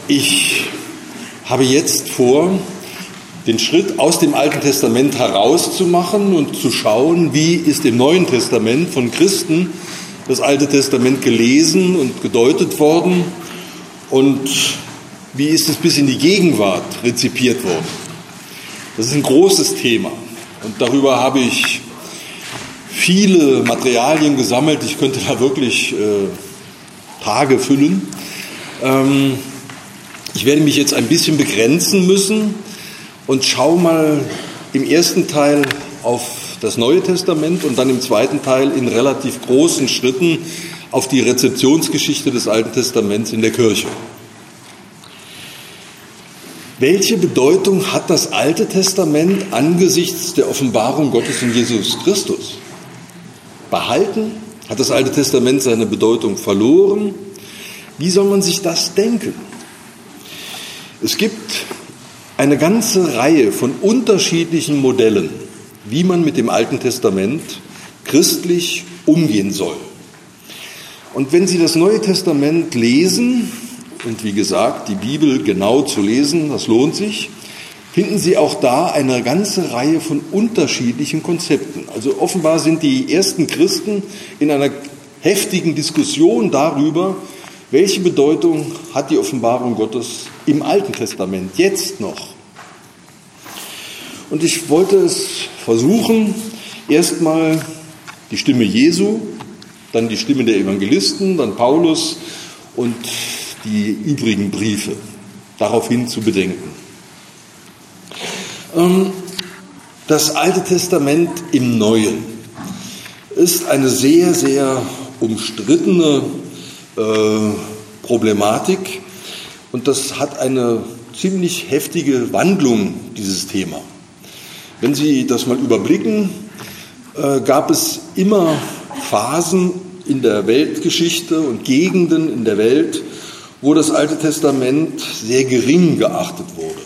Ich habe jetzt vor, den Schritt aus dem Alten Testament herauszumachen und zu schauen, wie ist im Neuen Testament von Christen das Alte Testament gelesen und gedeutet worden und wie ist es bis in die Gegenwart rezipiert worden. Das ist ein großes Thema und darüber habe ich viele Materialien gesammelt. Ich könnte da wirklich Tage füllen. Ich werde mich jetzt ein bisschen begrenzen müssen und schaue mal im ersten Teil auf das Neue Testament und dann im zweiten Teil in relativ großen Schritten auf die Rezeptionsgeschichte des Alten Testaments in der Kirche. Welche Bedeutung hat das Alte Testament angesichts der Offenbarung Gottes in Jesus Christus? Behalten? Hat das Alte Testament seine Bedeutung verloren? Wie soll man sich das denken? Es gibt eine ganze Reihe von unterschiedlichen Modellen, wie man mit dem Alten Testament christlich umgehen soll. Und wenn Sie das Neue Testament lesen, und wie gesagt, die Bibel genau zu lesen, das lohnt sich, finden Sie auch da eine ganze Reihe von unterschiedlichen Konzepten. Also offenbar sind die ersten Christen in einer heftigen Diskussion darüber, welche Bedeutung hat die Offenbarung Gottes im Alten Testament jetzt noch? Und ich wollte es versuchen, erstmal die Stimme Jesu, dann die Stimme der Evangelisten, dann Paulus und die übrigen Briefe daraufhin zu bedenken. Das Alte Testament im Neuen ist eine sehr, sehr umstrittene Problematik und das hat eine ziemlich heftige Wandlung, dieses Thema. Wenn Sie das mal überblicken, gab es immer Phasen in der Weltgeschichte und Gegenden in der Welt, wo das Alte Testament sehr gering geachtet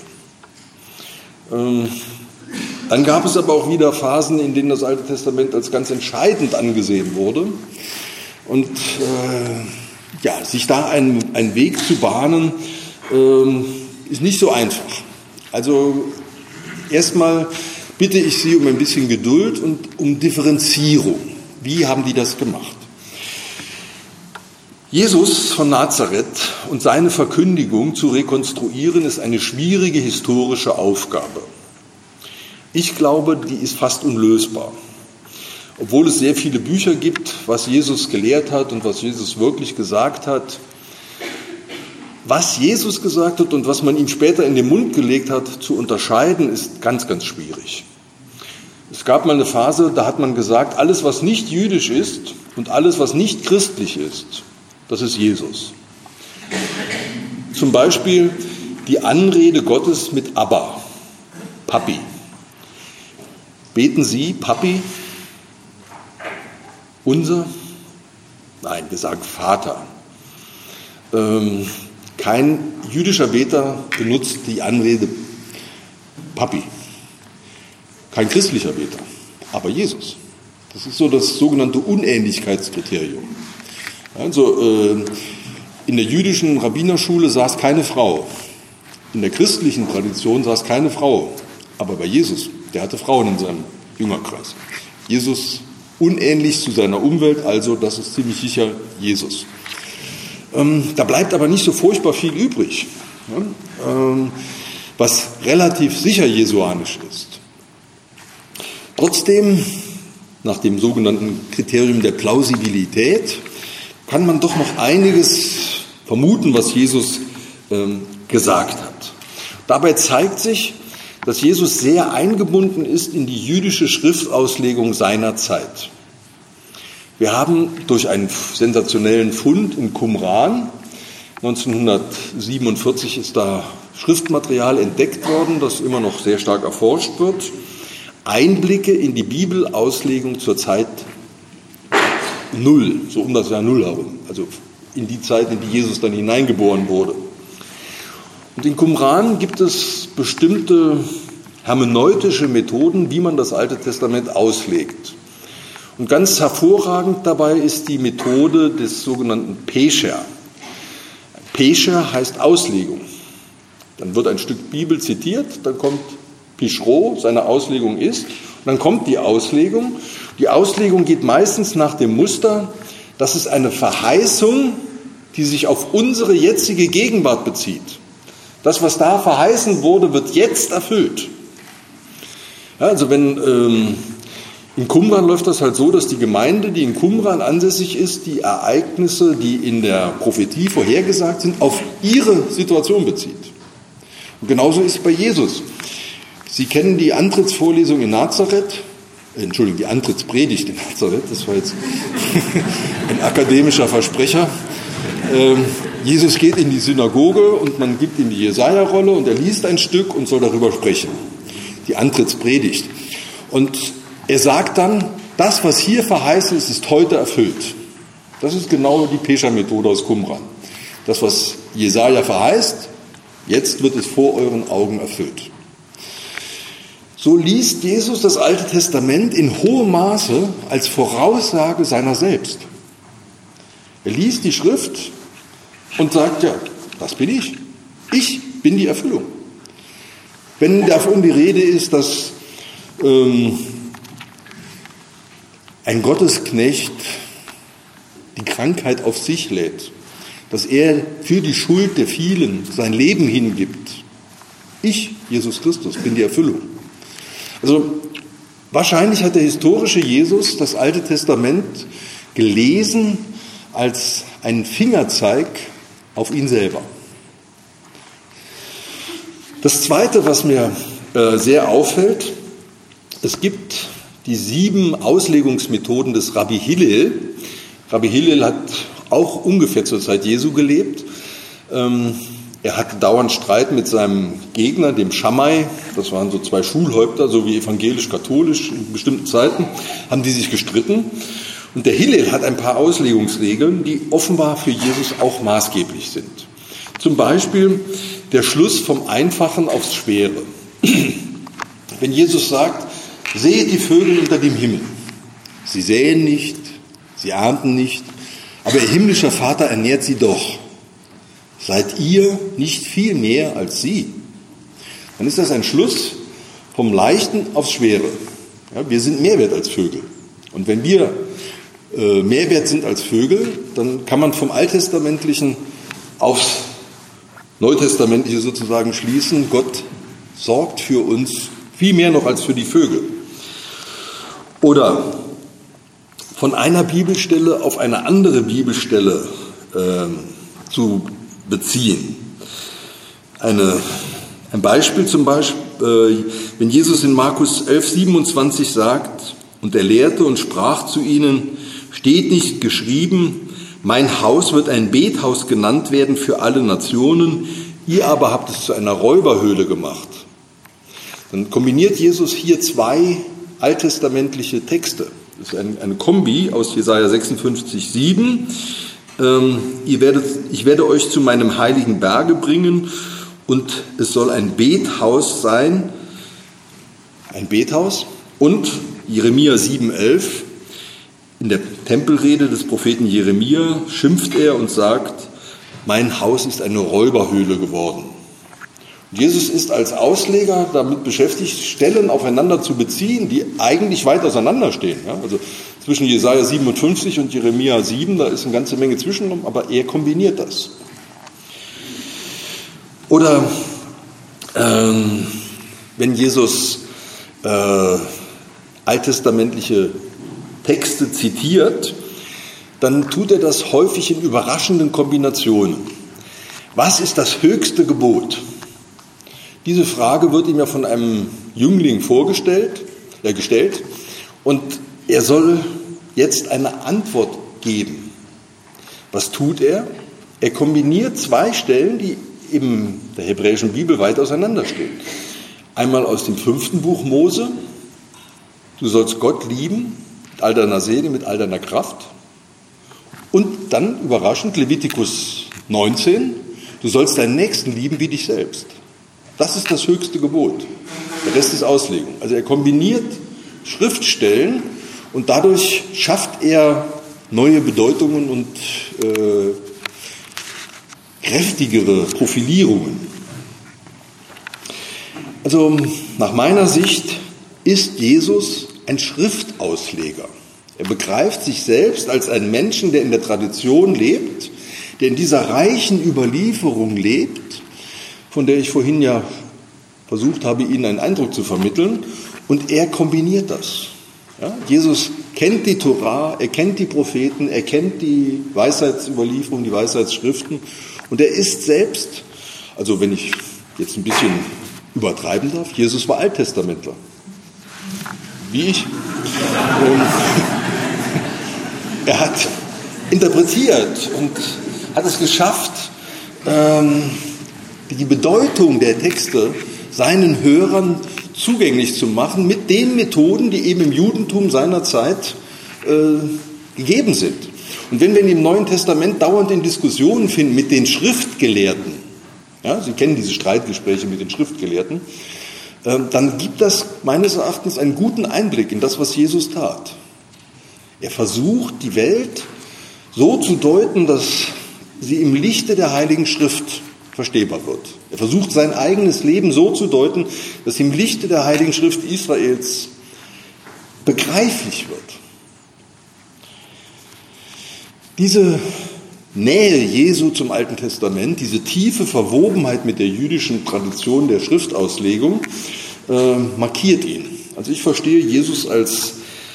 wurde. Dann gab es aber auch wieder Phasen, in denen das Alte Testament als ganz entscheidend angesehen wurde. Und sich da einen Weg zu bahnen, ist nicht so einfach. Also erstmal bitte ich Sie um ein bisschen Geduld und um Differenzierung. Wie haben die das gemacht? Jesus von Nazareth und seine Verkündigung zu rekonstruieren, ist eine schwierige historische Aufgabe. Ich glaube, die ist fast unlösbar. Obwohl es sehr viele Bücher gibt, was Jesus gelehrt hat und was Jesus wirklich gesagt hat. Was Jesus gesagt hat und was man ihm später in den Mund gelegt hat, zu unterscheiden, ist ganz, ganz schwierig. Es gab mal eine Phase, da hat man gesagt, alles, was nicht jüdisch ist und alles, was nicht christlich ist, das ist Jesus. Zum Beispiel die Anrede Gottes mit Abba, Papi. Beten Sie, Papi? Unser? Nein, wir sagen Vater. Kein jüdischer Beter benutzt die Anrede Papi. Kein christlicher Beter, aber Jesus. Das ist so das sogenannte Unähnlichkeitskriterium. Also in der jüdischen Rabbinerschule saß keine Frau. In der christlichen Tradition saß keine Frau. Aber bei Jesus, der hatte Frauen in seinem Jüngerkreis. Jesus unähnlich zu seiner Umwelt, also das ist ziemlich sicher Jesus. Da bleibt aber nicht so furchtbar viel übrig, was relativ sicher jesuanisch ist. Trotzdem, nach dem sogenannten Kriterium der Plausibilität, kann man doch noch einiges vermuten, was Jesus gesagt hat. Dabei zeigt sich, dass Jesus sehr eingebunden ist in die jüdische Schriftauslegung seiner Zeit. Wir haben durch einen sensationellen Fund in Qumran, 1947 ist da Schriftmaterial entdeckt worden, das immer noch sehr stark erforscht wird, Einblicke in die Bibelauslegung zur Zeit Null, so um das Jahr Null herum, also in die Zeit, in die Jesus dann hineingeboren wurde. Und in Qumran gibt es bestimmte hermeneutische Methoden, wie man das Alte Testament auslegt. Und ganz hervorragend dabei ist die Methode des sogenannten Pesher. Pesher heißt Auslegung. Dann wird ein Stück Bibel zitiert, dann kommt Pischro, seine Auslegung ist, und dann kommt die Auslegung. Die Auslegung geht meistens nach dem Muster, das ist eine Verheißung, die sich auf unsere jetzige Gegenwart bezieht. Das, was da verheißen wurde, wird jetzt erfüllt. Ja, also wenn in Qumran läuft das halt so, dass die Gemeinde, die in Qumran ansässig ist, die Ereignisse, die in der Prophetie vorhergesagt sind, auf ihre Situation bezieht. Und genauso ist es bei Jesus. Sie kennen die Antrittsvorlesung in Nazareth, die Antrittspredigt in Nazareth, das war jetzt ein akademischer Versprecher. Jesus geht in die Synagoge und man gibt ihm die Jesaja-Rolle und er liest ein Stück und soll darüber sprechen. Die Antrittspredigt. Und er sagt dann, das, was hier verheißen ist, ist heute erfüllt. Das ist genau die Pesher-Methode aus Qumran. Das, was Jesaja verheißt, jetzt wird es vor euren Augen erfüllt. So liest Jesus das Alte Testament in hohem Maße als Voraussage seiner selbst. Er liest die Schrift und sagt, ja, das bin ich. Ich bin die Erfüllung. Wenn davon die Rede ist, dass ein Gottesknecht die Krankheit auf sich lädt, dass er für die Schuld der vielen sein Leben hingibt. Ich, Jesus Christus, bin die Erfüllung. Also wahrscheinlich hat der historische Jesus das Alte Testament gelesen als einen Fingerzeig auf ihn selber. Das Zweite, was mir sehr auffällt, es gibt die 7 Auslegungsmethoden des Rabbi Hillel. Rabbi Hillel hat auch ungefähr zur Zeit Jesu gelebt. Er hatte dauernd Streit mit seinem Gegner, dem Shammai. Das waren so 2 Schulhäupter, so wie evangelisch-katholisch in bestimmten Zeiten, haben die sich gestritten. Und der Hillel hat ein paar Auslegungsregeln, die offenbar für Jesus auch maßgeblich sind. Zum Beispiel der Schluss vom Einfachen aufs Schwere. Wenn Jesus sagt, seht die Vögel unter dem Himmel. Sie säen nicht, sie ernten nicht, aber ihr himmlischer Vater ernährt sie doch. Seid ihr nicht viel mehr als sie? Dann ist das ein Schluss vom Leichten aufs Schwere. Ja, wir sind mehr wert als Vögel. Und wenn wir mehr wert sind als Vögel, dann kann man vom Alttestamentlichen aufs Neutestamentliche sozusagen schließen, Gott sorgt für uns viel mehr noch als für die Vögel. Oder von einer Bibelstelle auf eine andere Bibelstelle zu beziehen. Ein Beispiel zum Beispiel, wenn Jesus in Markus 11,27 sagt, und er lehrte und sprach zu ihnen, steht nicht geschrieben, mein Haus wird ein Bethaus genannt werden für alle Nationen, ihr aber habt es zu einer Räuberhöhle gemacht. Dann kombiniert Jesus hier 2 alttestamentliche Texte. Das ist eine Kombi aus Jesaja 56,7. Ich werde euch zu meinem heiligen Berge bringen und es soll ein Bethaus sein, ein Bethaus. Und Jeremia 7,11, in der Tempelrede des Propheten Jeremia schimpft er und sagt, mein Haus ist eine Räuberhöhle geworden. Und Jesus ist als Ausleger damit beschäftigt, Stellen aufeinander zu beziehen, die eigentlich weit auseinanderstehen. Ja, also zwischen Jesaja 57 und Jeremia 7, da ist eine ganze Menge zwischen, aber er kombiniert das. Oder wenn Jesus alttestamentliche Texte zitiert, dann tut er das häufig in überraschenden Kombinationen. Was ist das höchste Gebot? Diese Frage wird ihm ja von einem Jüngling gestellt und er soll jetzt eine Antwort geben. Was tut er? Er kombiniert 2 Stellen, die in der hebräischen Bibel weit auseinanderstehen. Einmal aus dem 5. Buch Mose, du sollst Gott lieben, mit all deiner Seele, mit all deiner Kraft. Und dann, überraschend, Levitikus 19, du sollst deinen Nächsten lieben wie dich selbst. Das ist das höchste Gebot. Der Rest ist Auslegung. Also er kombiniert Schriftstellen und dadurch schafft er neue Bedeutungen und kräftigere Profilierungen. Also nach meiner Sicht ist Jesus ein Schriftausleger. Er begreift sich selbst als einen Menschen, der in der Tradition lebt, der in dieser reichen Überlieferung lebt, von der ich vorhin ja versucht habe, Ihnen einen Eindruck zu vermitteln. Und er kombiniert das. Ja, Jesus kennt die Torah, er kennt die Propheten, er kennt die Weisheitsüberlieferung, die Weisheitsschriften. Und er ist selbst, also wenn ich jetzt ein bisschen übertreiben darf, Jesus war Alttestamentler. Wie ich. Er hat interpretiert und hat es geschafft, die Bedeutung der Texte seinen Hörern zugänglich zu machen mit den Methoden, die eben im Judentum seiner Zeit gegeben sind. Und wenn wir im Neuen Testament dauernd in Diskussionen finden mit den Schriftgelehrten, ja, Sie kennen diese Streitgespräche mit den Schriftgelehrten, dann gibt das meines Erachtens einen guten Einblick in das, was Jesus tat. Er versucht, die Welt so zu deuten, dass sie im Lichte der Heiligen Schrift verstehbar wird. Er versucht, sein eigenes Leben so zu deuten, dass im Lichte der Heiligen Schrift Israels begreiflich wird. Diese Nähe Jesu zum Alten Testament, diese tiefe Verwobenheit mit der jüdischen Tradition der Schriftauslegung, markiert ihn. Also ich verstehe Jesus als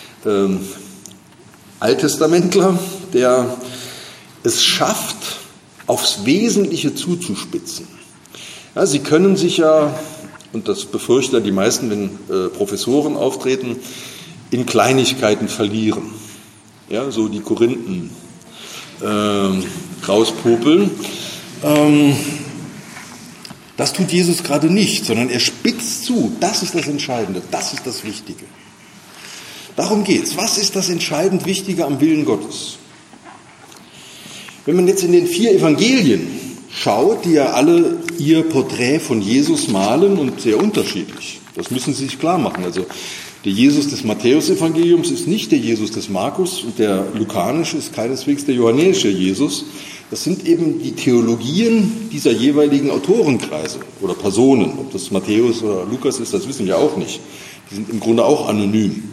Alttestamentler, der es schafft, aufs Wesentliche zuzuspitzen. Ja, Sie können sich ja, und das befürchten ja die meisten, wenn Professoren auftreten, in Kleinigkeiten verlieren. Ja, so die Korinthen rauspopeln. Das tut Jesus gerade nicht, sondern er spitzt zu. Das ist das Entscheidende, das ist das Wichtige. Darum geht's. Was ist das entscheidend Wichtige am Willen Gottes? Wenn man jetzt in den 4 Evangelien schaut, die ja alle ihr Porträt von Jesus malen und sehr unterschiedlich, das müssen Sie sich klar machen. Also der Jesus des Matthäus-Evangeliums ist nicht der Jesus des Markus und der lukanische ist keineswegs der johannäische Jesus. Das sind eben die Theologien dieser jeweiligen Autorenkreise oder Personen. Ob das Matthäus oder Lukas ist, das wissen wir auch nicht. Die sind im Grunde auch anonym.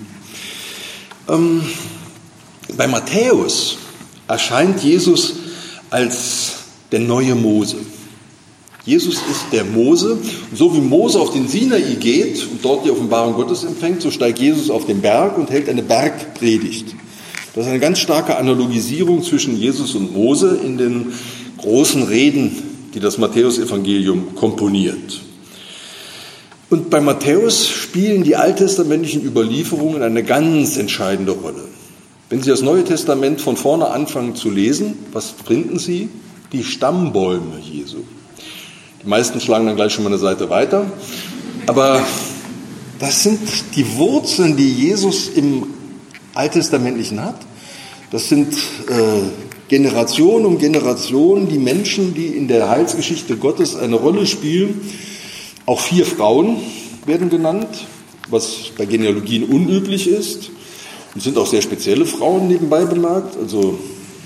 Bei Matthäus erscheint Jesus als der neue Mose. Jesus ist der Mose. Und so wie Mose auf den Sinai geht und dort die Offenbarung Gottes empfängt, so steigt Jesus auf den Berg und hält eine Bergpredigt. Das ist eine ganz starke Analogisierung zwischen Jesus und Mose in den großen Reden, die das Matthäus-Evangelium komponiert. Und bei Matthäus spielen die alttestamentlichen Überlieferungen eine ganz entscheidende Rolle. Wenn Sie das Neue Testament von vorne anfangen zu lesen, was finden Sie? Die Stammbäume Jesu. Die meisten schlagen dann gleich schon mal eine Seite weiter. Aber das sind die Wurzeln, die Jesus im Alttestamentlichen hat. Das sind Generation um Generation die Menschen, die in der Heilsgeschichte Gottes eine Rolle spielen. Auch 4 Frauen werden genannt, was bei Genealogien unüblich ist. Und sind auch sehr spezielle Frauen nebenbei bemerkt. Also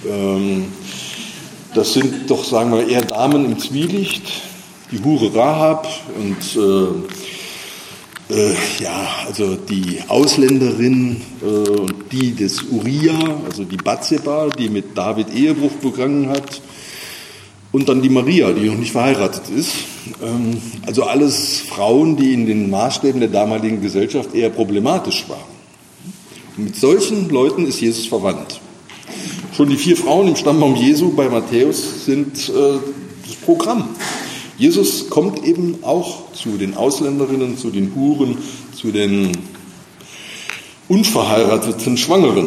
das sind doch, sagen wir, eher Damen im Zwielicht. Die Hure Rahab und also die Ausländerin und die des Uriah, also die Bathseba, die mit David Ehebruch begangen hat. Und dann die Maria, die noch nicht verheiratet ist. Also alles Frauen, die in den Maßstäben der damaligen Gesellschaft eher problematisch waren. Und mit solchen Leuten ist Jesus verwandt. Schon die 4 Frauen im Stammbaum Jesu bei Matthäus sind das Programm. Jesus kommt eben auch zu den Ausländerinnen, zu den Huren, zu den unverheirateten Schwangeren.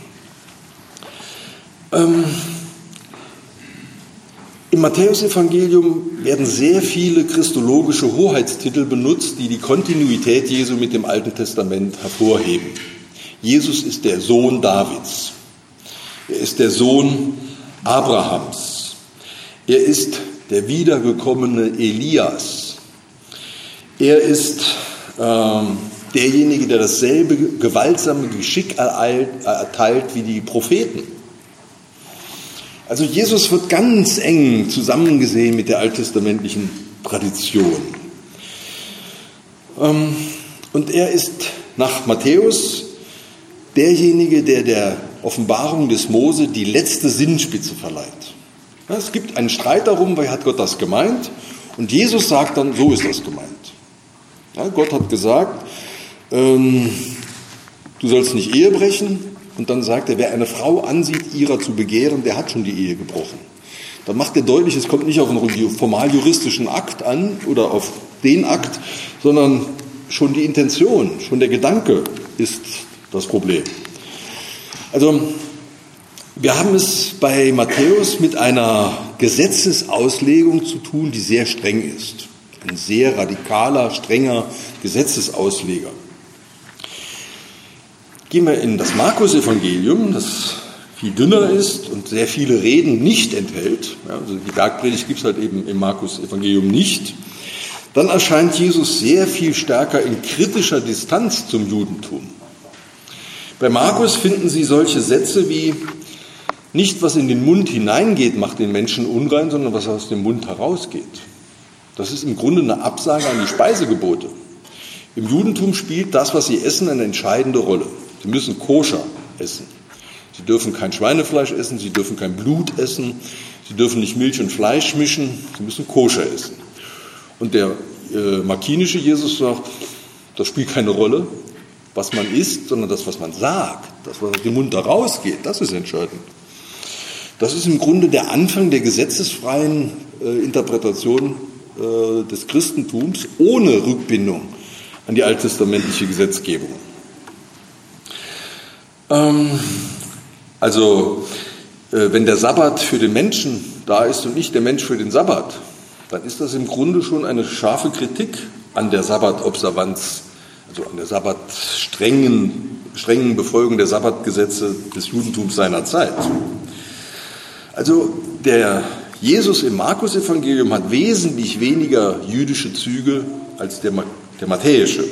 Im Matthäusevangelium werden sehr viele christologische Hoheitstitel benutzt, die die Kontinuität Jesu mit dem Alten Testament hervorheben. Jesus ist der Sohn Davids. Er ist der Sohn Abrahams. Er ist der wiedergekommene Elias. Er ist derjenige, der dasselbe gewaltsame Geschick erteilt wie die Propheten. Also Jesus wird ganz eng zusammengesehen mit der alttestamentlichen Tradition. Und er ist nach Matthäus derjenige, der der Offenbarung des Mose die letzte Sinnspitze verleiht. Es gibt einen Streit darum, wie hat Gott das gemeint? Und Jesus sagt dann, so ist das gemeint. Ja, Gott hat gesagt, du sollst nicht Ehe brechen. Und dann sagt er, wer eine Frau ansieht, ihrer zu begehren, der hat schon die Ehe gebrochen. Dann macht er deutlich, es kommt nicht auf einen formal juristischen Akt an oder auf den Akt, sondern schon die Intention, schon der Gedanke ist das Problem. Also wir haben es bei Matthäus mit einer Gesetzesauslegung zu tun, die sehr streng ist. Ein sehr radikaler, strenger Gesetzesausleger. Gehen wir in das Markus-Evangelium, das viel dünner ist und sehr viele Reden nicht enthält. Ja, also die Bergpredigt gibt es halt eben im Markus-Evangelium nicht. Dann erscheint Jesus sehr viel stärker in kritischer Distanz zum Judentum. Bei Markus finden Sie solche Sätze wie: Nicht, was in den Mund hineingeht, macht den Menschen unrein, sondern was aus dem Mund herausgeht. Das ist im Grunde eine Absage an die Speisegebote. Im Judentum spielt das, was sie essen, eine entscheidende Rolle. Sie müssen koscher essen. Sie dürfen kein Schweinefleisch essen, sie dürfen kein Blut essen, sie dürfen nicht Milch und Fleisch mischen, sie müssen koscher essen. Und der markinische Jesus sagt, das spielt keine Rolle, was man isst, sondern das, was man sagt, das, was aus dem Mund herausgeht, das ist entscheidend. Das ist im Grunde der Anfang der gesetzesfreien Interpretation des Christentums ohne Rückbindung an die alttestamentliche Gesetzgebung. Also, wenn der Sabbat für den Menschen da ist und nicht der Mensch für den Sabbat, dann ist das im Grunde schon eine scharfe Kritik an der Sabbatobservanz, also an der strengen Befolgung der Sabbatgesetze des Judentums seiner Zeit. Also, der Jesus im Markus-Evangelium hat wesentlich weniger jüdische Züge als der matthäische.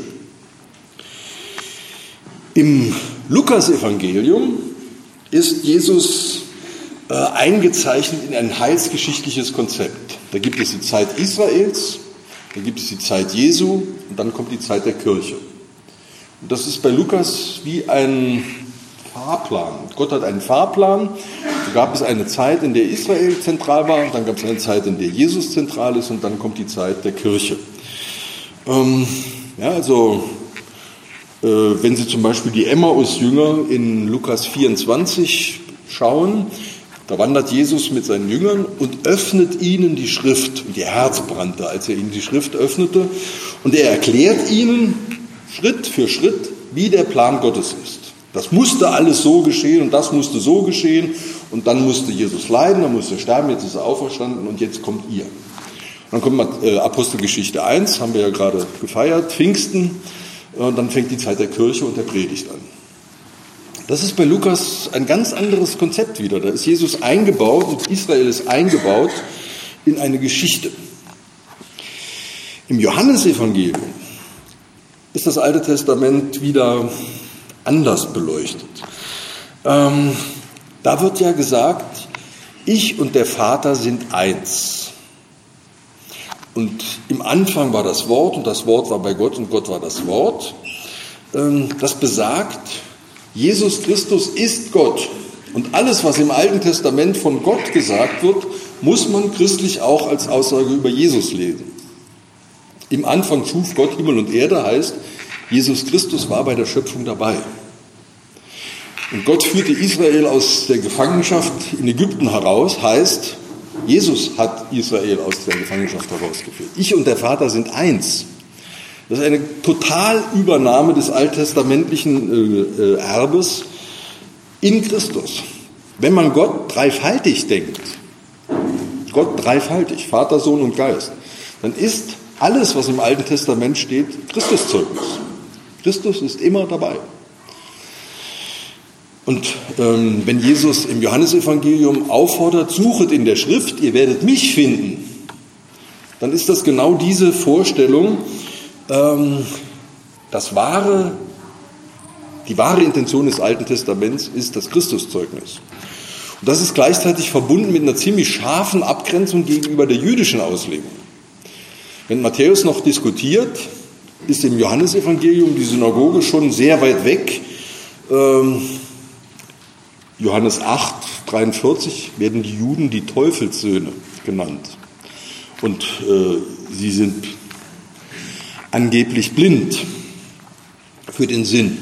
Im Lukas-Evangelium ist Jesus eingezeichnet in ein heilsgeschichtliches Konzept. Da gibt es die Zeit Israels, da gibt es die Zeit Jesu und dann kommt die Zeit der Kirche. Und das ist bei Lukas wie ein Fahrplan. Gott hat einen Fahrplan. Da gab es eine Zeit, in der Israel zentral war, und dann gab es eine Zeit, in der Jesus zentral ist, und dann kommt die Zeit der Kirche. Wenn Sie zum Beispiel die Emmaus-Jünger in Lukas 24 schauen, da wandert Jesus mit seinen Jüngern und öffnet ihnen die Schrift. Und ihr Herz brannte, als er ihnen die Schrift öffnete. Und er erklärt ihnen Schritt für Schritt, wie der Plan Gottes ist. Das musste alles so geschehen und das musste so geschehen. Und dann musste Jesus leiden, dann musste er sterben, jetzt ist er auferstanden und jetzt kommt ihr. Und dann kommt Apostelgeschichte 1, haben wir ja gerade gefeiert, Pfingsten. Und dann fängt die Zeit der Kirche und der Predigt an. Das ist bei Lukas ein ganz anderes Konzept wieder. Da ist Jesus eingebaut und Israel ist eingebaut in eine Geschichte. Im Johannesevangelium ist das Alte Testament wieder anders beleuchtet. Da wird ja gesagt, ich und der Vater sind eins. Und im Anfang war das Wort und das Wort war bei Gott und Gott war das Wort. Das besagt, Jesus Christus ist Gott. Und alles, was im Alten Testament von Gott gesagt wird, muss man christlich auch als Aussage über Jesus lesen. Im Anfang schuf Gott Himmel und Erde, heißt, Jesus Christus war bei der Schöpfung dabei. Und Gott führte Israel aus der Gefangenschaft in Ägypten heraus, heißt, Jesus hat Israel aus der Gefangenschaft herausgeführt. Ich und der Vater sind eins. Das ist eine Totalübernahme des alttestamentlichen Erbes in Christus. Wenn man Gott dreifaltig denkt, Gott dreifaltig, Vater, Sohn und Geist, dann ist alles, was im Alten Testament steht, Christuszeugnis. Christus ist immer dabei. Und wenn Jesus im Johannesevangelium auffordert, suchet in der Schrift, ihr werdet mich finden, dann ist das genau diese Vorstellung, die wahre Intention des Alten Testaments ist das Christuszeugnis. Und das ist gleichzeitig verbunden mit einer ziemlich scharfen Abgrenzung gegenüber der jüdischen Auslegung. Wenn Matthäus noch diskutiert, ist im Johannesevangelium die Synagoge schon sehr weit weg. Johannes 8, 43 werden die Juden die Teufelssöhne genannt. Und sie sind angeblich blind für den Sinn.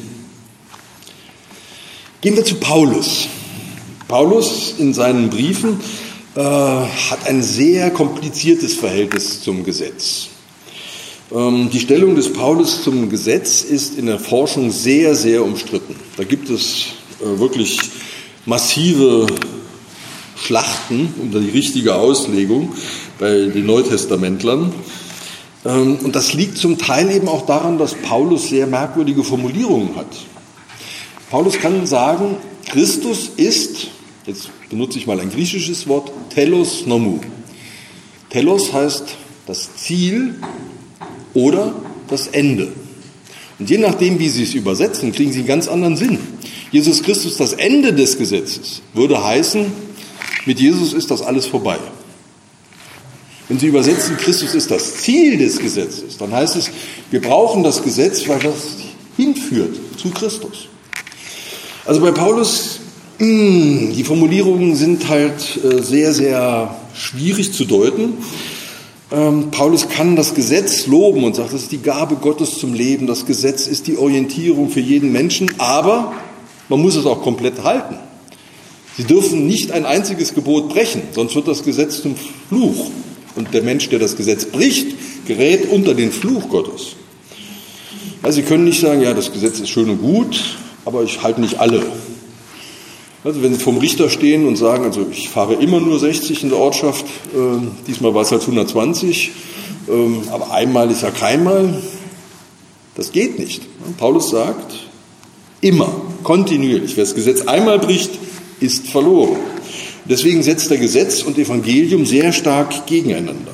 Gehen wir zu Paulus. Paulus in seinen Briefen hat ein sehr kompliziertes Verhältnis zum Gesetz. Die Stellung des Paulus zum Gesetz ist in der Forschung sehr, sehr umstritten. Da gibt es wirklich massive Schlachten um die richtige Auslegung bei den Neutestamentlern. Und das liegt zum Teil eben auch daran, dass Paulus sehr merkwürdige Formulierungen hat. Paulus kann sagen, Christus ist, jetzt benutze ich mal ein griechisches Wort, telos nomou. Telos heißt das Ziel oder das Ende. Und je nachdem, wie Sie es übersetzen, kriegen Sie einen ganz anderen Sinn. Jesus Christus, das Ende des Gesetzes, würde heißen, mit Jesus ist das alles vorbei. Wenn Sie übersetzen, Christus ist das Ziel des Gesetzes, dann heißt es, wir brauchen das Gesetz, weil das hinführt zu Christus. Also bei Paulus, die Formulierungen sind halt sehr, sehr schwierig zu deuten. Paulus kann das Gesetz loben und sagt, das ist die Gabe Gottes zum Leben, das Gesetz ist die Orientierung für jeden Menschen, aber man muss es auch komplett halten. Sie dürfen nicht ein einziges Gebot brechen, sonst wird das Gesetz zum Fluch. Und der Mensch, der das Gesetz bricht, gerät unter den Fluch Gottes. Also Sie können nicht sagen, ja, das Gesetz ist schön und gut, aber ich halte nicht alle. Also wenn Sie vorm Richter stehen und sagen, also ich fahre immer nur 60 in der Ortschaft, diesmal war es halt 120, aber einmal ist ja keinmal, das geht nicht. Paulus sagt, immer, kontinuierlich, wer das Gesetz einmal bricht, ist verloren. Deswegen setzt er Gesetz und Evangelium sehr stark gegeneinander.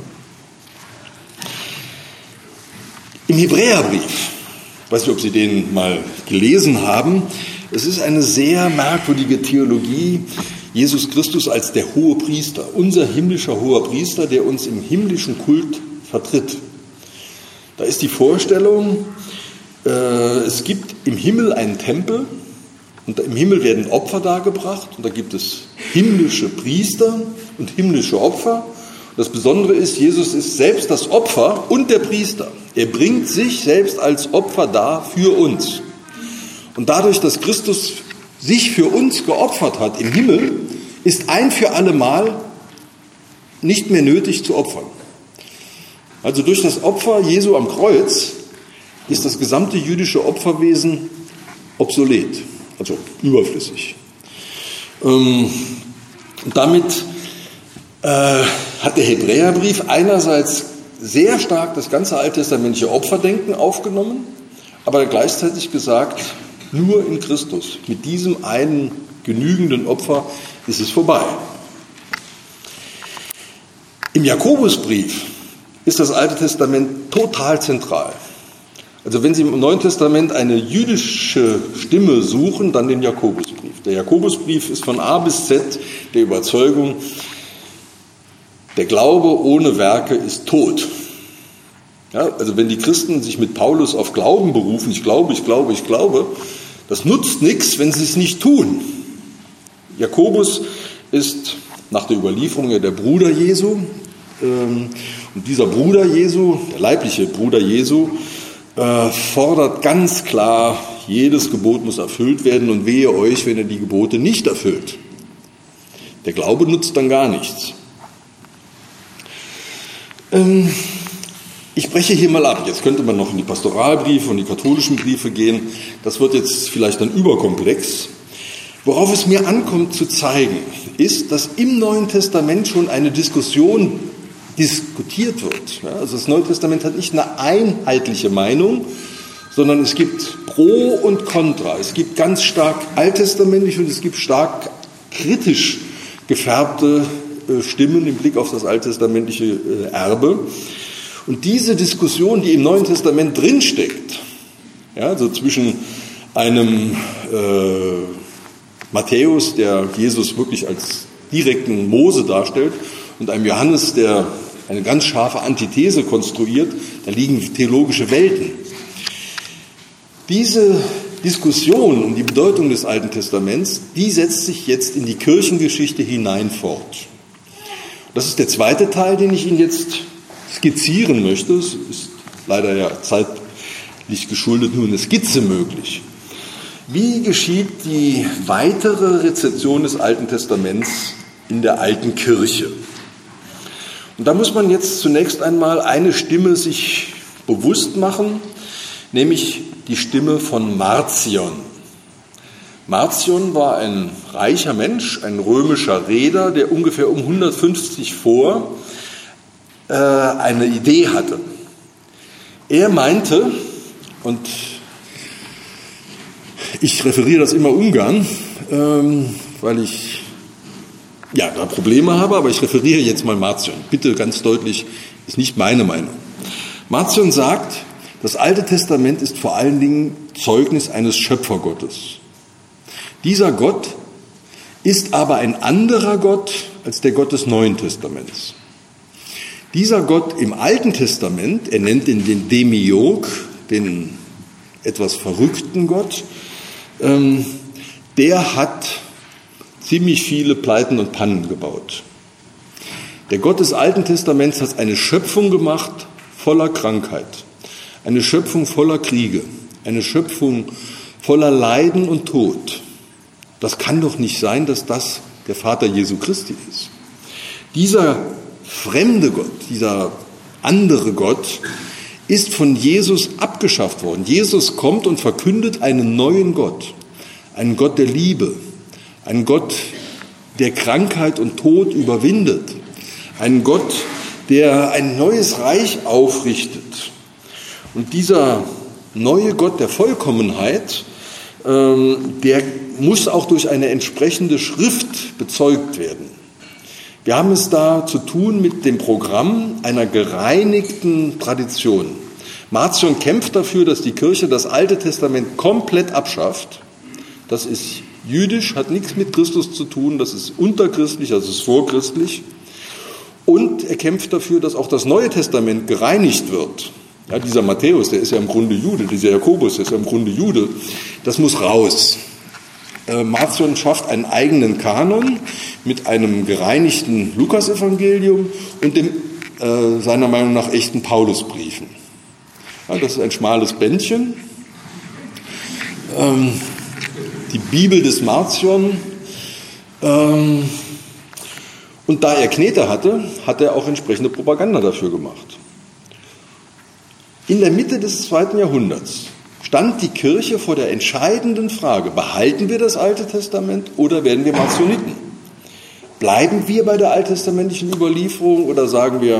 Im Hebräerbrief, ich weiß nicht, ob Sie den mal gelesen haben, es ist eine sehr merkwürdige Theologie, Jesus Christus als der hohe Priester, unser himmlischer hoher Priester, der uns im himmlischen Kult vertritt. Da ist die Vorstellung, es gibt im Himmel einen Tempel und im Himmel werden Opfer dargebracht und da gibt es himmlische Priester und himmlische Opfer. Das Besondere ist, Jesus ist selbst das Opfer und der Priester. Er bringt sich selbst als Opfer dar für uns. Und dadurch, dass Christus sich für uns geopfert hat im Himmel, ist ein für alle Mal nicht mehr nötig zu opfern. Also durch das Opfer Jesu am Kreuz ist das gesamte jüdische Opferwesen obsolet, also überflüssig. Und damit hat der Hebräerbrief einerseits sehr stark das ganze alttestamentliche Opferdenken aufgenommen, aber gleichzeitig gesagt, nur in Christus, mit diesem einen genügenden Opfer ist es vorbei. Im Jakobusbrief ist das Alte Testament total zentral. Also wenn Sie im Neuen Testament eine jüdische Stimme suchen, dann den Jakobusbrief. Der Jakobusbrief ist von A bis Z der Überzeugung, der Glaube ohne Werke ist tot. Ja, also wenn die Christen sich mit Paulus auf Glauben berufen, ich glaube, das nutzt nichts, wenn sie es nicht tun. Jakobus ist nach der Überlieferung ja der Bruder Jesu. Und dieser Bruder Jesu, der leibliche Bruder Jesu, fordert ganz klar, jedes Gebot muss erfüllt werden und wehe euch, wenn ihr die Gebote nicht erfüllt. Der Glaube nutzt dann gar nichts. Ich breche hier mal ab. Jetzt könnte man noch in die Pastoralbriefe und die katholischen Briefe gehen. Das wird jetzt vielleicht dann überkomplex. Worauf es mir ankommt zu zeigen, ist, dass im Neuen Testament schon eine Diskussion diskutiert wird. Ja, also das Neue Testament hat nicht eine einheitliche Meinung, sondern es gibt Pro und Contra. Es gibt ganz stark alttestamentlich und es gibt stark kritisch gefärbte Stimmen im Blick auf das alttestamentliche Erbe. Und diese Diskussion, die im Neuen Testament drinsteckt, ja, also zwischen einem Matthäus, der Jesus wirklich als direkten Mose darstellt, und einem Johannes, der eine ganz scharfe Antithese konstruiert, da liegen theologische Welten. Diese Diskussion um die Bedeutung des Alten Testaments, die setzt sich jetzt in die Kirchengeschichte hinein fort. Das ist der zweite Teil, den ich Ihnen jetzt skizzieren möchte. Es ist leider ja zeitlich geschuldet nur eine Skizze möglich. Wie geschieht die weitere Rezeption des Alten Testaments in der alten Kirche? Und da muss man jetzt zunächst einmal eine Stimme sich bewusst machen, nämlich die Stimme von Marcion. Marcion war ein reicher Mensch, ein römischer Reeder, der ungefähr um 150 vor eine Idee hatte. Er meinte, und ich referiere das immer ungern, weil ich da Probleme habe, aber ich referiere jetzt mal Marcion. Bitte ganz deutlich, ist nicht meine Meinung. Marcion sagt, das Alte Testament ist vor allen Dingen Zeugnis eines Schöpfergottes. Dieser Gott ist aber ein anderer Gott als der Gott des Neuen Testaments. Dieser Gott im Alten Testament, er nennt ihn den Demiurg, den etwas verrückten Gott, der hat ziemlich viele Pleiten und Pannen gebaut. Der Gott des Alten Testaments hat eine Schöpfung gemacht voller Krankheit, eine Schöpfung voller Kriege, eine Schöpfung voller Leiden und Tod. Das kann doch nicht sein, dass das der Vater Jesu Christi ist. Dieser fremde Gott, dieser andere Gott ist von Jesus abgeschafft worden. Jesus kommt und verkündet einen neuen Gott, einen Gott der Liebe, einen Gott, der Krankheit und Tod überwindet, einen Gott, der ein neues Reich aufrichtet. Und dieser neue Gott der Vollkommenheit, der muss auch durch eine entsprechende Schrift bezeugt werden. Wir haben es da zu tun mit dem Programm einer gereinigten Tradition. Marcion kämpft dafür, dass die Kirche das Alte Testament komplett abschafft. Das ist jüdisch, hat nichts mit Christus zu tun, das ist unterchristlich, das ist vorchristlich. Und er kämpft dafür, dass auch das Neue Testament gereinigt wird. Ja, dieser Matthäus, der ist ja im Grunde Jude, dieser Jakobus, der ist ja im Grunde Jude, das muss raus. Marcion schafft einen eigenen Kanon mit einem gereinigten Lukasevangelium und dem seiner Meinung nach echten Paulusbriefen. Ja, das ist ein schmales Bändchen. Die Bibel des Marcion. Und da er Knete hatte, hat er auch entsprechende Propaganda dafür gemacht. In der Mitte des 2. Jahrhunderts stand die Kirche vor der entscheidenden Frage, behalten wir das Alte Testament oder werden wir Marcioniten? Bleiben wir bei der alttestamentlichen Überlieferung oder sagen wir,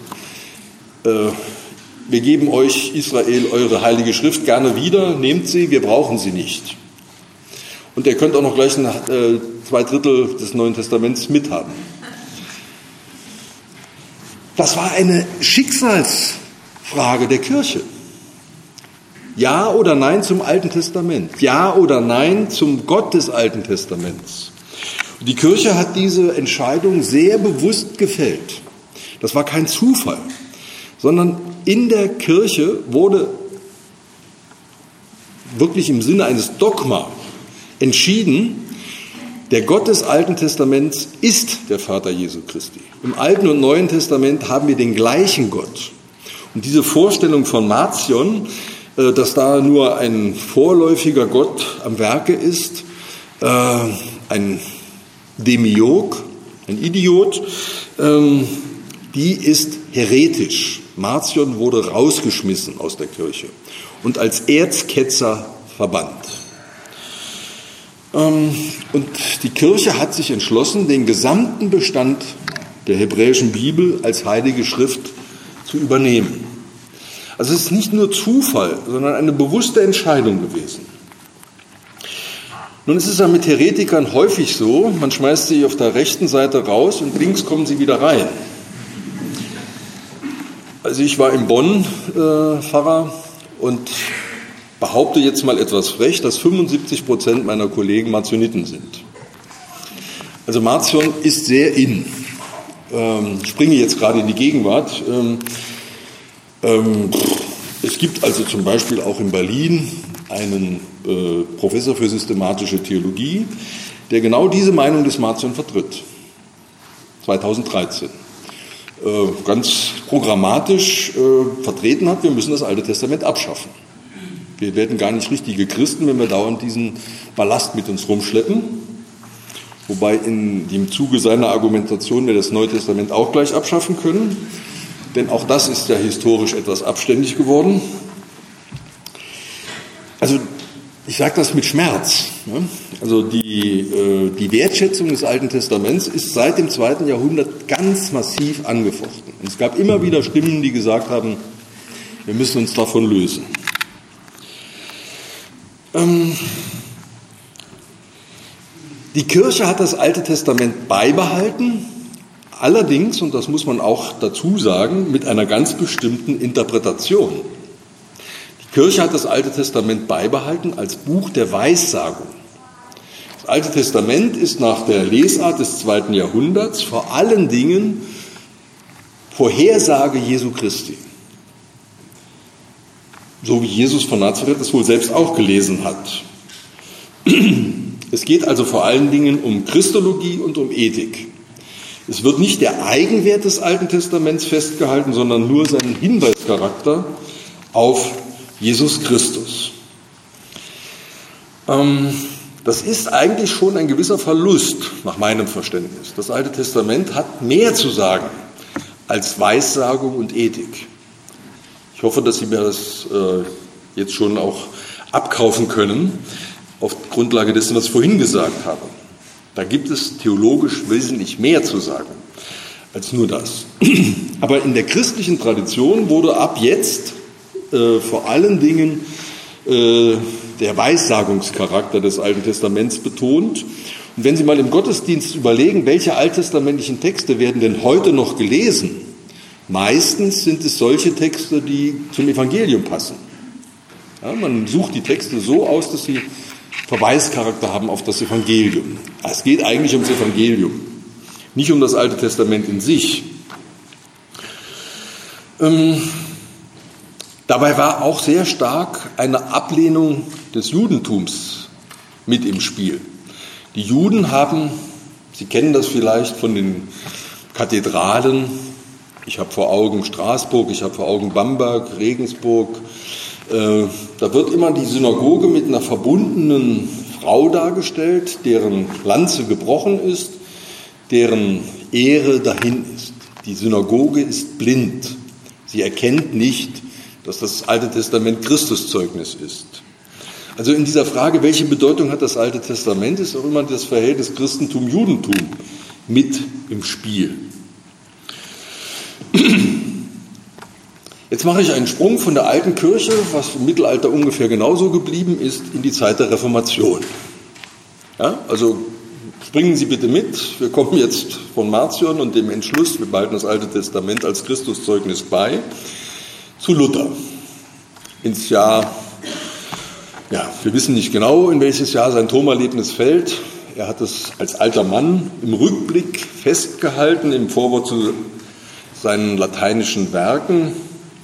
wir geben euch, Israel, eure heilige Schrift gerne wieder, nehmt sie, wir brauchen sie nicht. Und ihr könnt auch noch gleich 2/3 des Neuen Testaments mithaben. Das war eine Schicksalsfrage der Kirche. Ja oder nein zum Alten Testament? Ja oder nein zum Gott des Alten Testaments? Und die Kirche hat diese Entscheidung sehr bewusst gefällt. Das war kein Zufall, sondern in der Kirche wurde wirklich im Sinne eines Dogma entschieden, der Gott des Alten Testaments ist der Vater Jesu Christi. Im Alten und Neuen Testament haben wir den gleichen Gott. Und diese Vorstellung von Marcion, dass da nur ein vorläufiger Gott am Werke ist, ein Demiurg, ein Idiot, die ist heretisch. Marcion wurde rausgeschmissen aus der Kirche und als Erzketzer verbannt. Und die Kirche hat sich entschlossen, den gesamten Bestand der hebräischen Bibel als heilige Schrift zu übernehmen. Also es ist nicht nur Zufall, sondern eine bewusste Entscheidung gewesen. Nun ist es ja mit Heretikern häufig so, man schmeißt sie auf der rechten Seite raus und links kommen sie wieder rein. Also ich war in Bonn Pfarrer und behaupte jetzt mal etwas frech, dass 75% meiner Kollegen Marcioniten sind. Also Marcion ist sehr in. Ich springe jetzt gerade in die Gegenwart. Es gibt also zum Beispiel auch in Berlin einen Professor für systematische Theologie, der genau diese Meinung des Marcion vertritt. 2013. Ganz programmatisch vertreten hat, wir müssen das Alte Testament abschaffen. Wir werden gar nicht richtige Christen, wenn wir dauernd diesen Ballast mit uns rumschleppen. Wobei im Zuge seiner Argumentation wir das Neue Testament auch gleich abschaffen können. Denn auch das ist ja historisch etwas abständig geworden. Also ich sage das mit Schmerz. Ne? Also die Wertschätzung des Alten Testaments ist seit dem 2. Jahrhundert ganz massiv angefochten. Und es gab immer wieder Stimmen, die gesagt haben, wir müssen uns davon lösen. Die Kirche hat das Alte Testament beibehalten, allerdings, und das muss man auch dazu sagen, mit einer ganz bestimmten Interpretation. Die Kirche hat das Alte Testament beibehalten als Buch der Weissagung. Das Alte Testament ist nach der Lesart des 2. Jahrhunderts vor allen Dingen Vorhersage Jesu Christi. So wie Jesus von Nazareth es wohl selbst auch gelesen hat. Es geht also vor allen Dingen um Christologie und um Ethik. Es wird nicht der Eigenwert des Alten Testaments festgehalten, sondern nur seinen Hinweischarakter auf Jesus Christus. Das ist eigentlich schon ein gewisser Verlust nach meinem Verständnis. Das Alte Testament hat mehr zu sagen als Weissagung und Ethik. Ich hoffe, dass Sie mir das jetzt schon auch abkaufen können, auf Grundlage dessen, was ich vorhin gesagt habe. Da gibt es theologisch wesentlich mehr zu sagen als nur das. Aber in der christlichen Tradition wurde ab jetzt vor allen Dingen der Weissagungscharakter des Alten Testaments betont. Und wenn Sie mal im Gottesdienst überlegen, welche alttestamentlichen Texte werden denn heute noch gelesen, meistens sind es solche Texte, die zum Evangelium passen. Ja, man sucht die Texte so aus, dass sie Verweischarakter haben auf das Evangelium. Es geht eigentlich ums Evangelium, nicht um das Alte Testament in sich. Dabei war auch sehr stark eine Ablehnung des Judentums mit im Spiel. Die Juden haben, Sie kennen das vielleicht von den Kathedralen, ich habe vor Augen Straßburg, ich habe vor Augen Bamberg, Regensburg. Da wird immer die Synagoge mit einer verbundenen Frau dargestellt, deren Lanze gebrochen ist, deren Ehre dahin ist. Die Synagoge ist blind. Sie erkennt nicht, dass das Alte Testament Christuszeugnis ist. Also in dieser Frage, welche Bedeutung hat das Alte Testament, ist auch immer das Verhältnis Christentum-Judentum mit im Spiel. Jetzt mache ich einen Sprung von der alten Kirche, was im Mittelalter ungefähr genauso geblieben ist, in die Zeit der Reformation. Ja, also springen Sie bitte mit. Wir kommen jetzt von Marcion und dem Entschluss, wir behalten das Alte Testament als Christuszeugnis bei, zu Luther. Ins Jahr, ja, wir wissen nicht genau, in welches Jahr sein Turmerlebnis fällt. Er hat es als alter Mann im Rückblick festgehalten, im Vorwort zu seinen lateinischen Werken,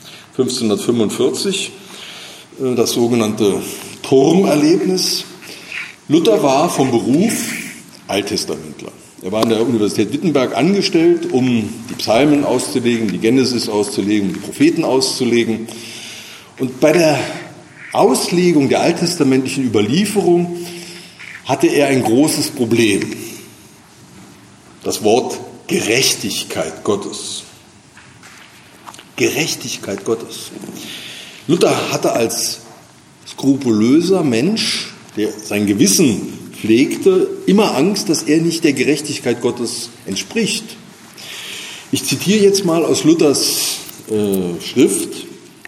1545, das sogenannte Turmerlebnis. Luther war vom Beruf Alttestamentler. Er war an der Universität Wittenberg angestellt, um die Psalmen auszulegen, die Genesis auszulegen, die Propheten auszulegen. Und bei der Auslegung der alttestamentlichen Überlieferung hatte er ein großes Problem. Das Wort Gerechtigkeit Gottes. Gerechtigkeit Gottes. Luther hatte als skrupulöser Mensch, der sein Gewissen pflegte, immer Angst, dass er nicht der Gerechtigkeit Gottes entspricht. Ich zitiere jetzt mal aus Luthers Schrift.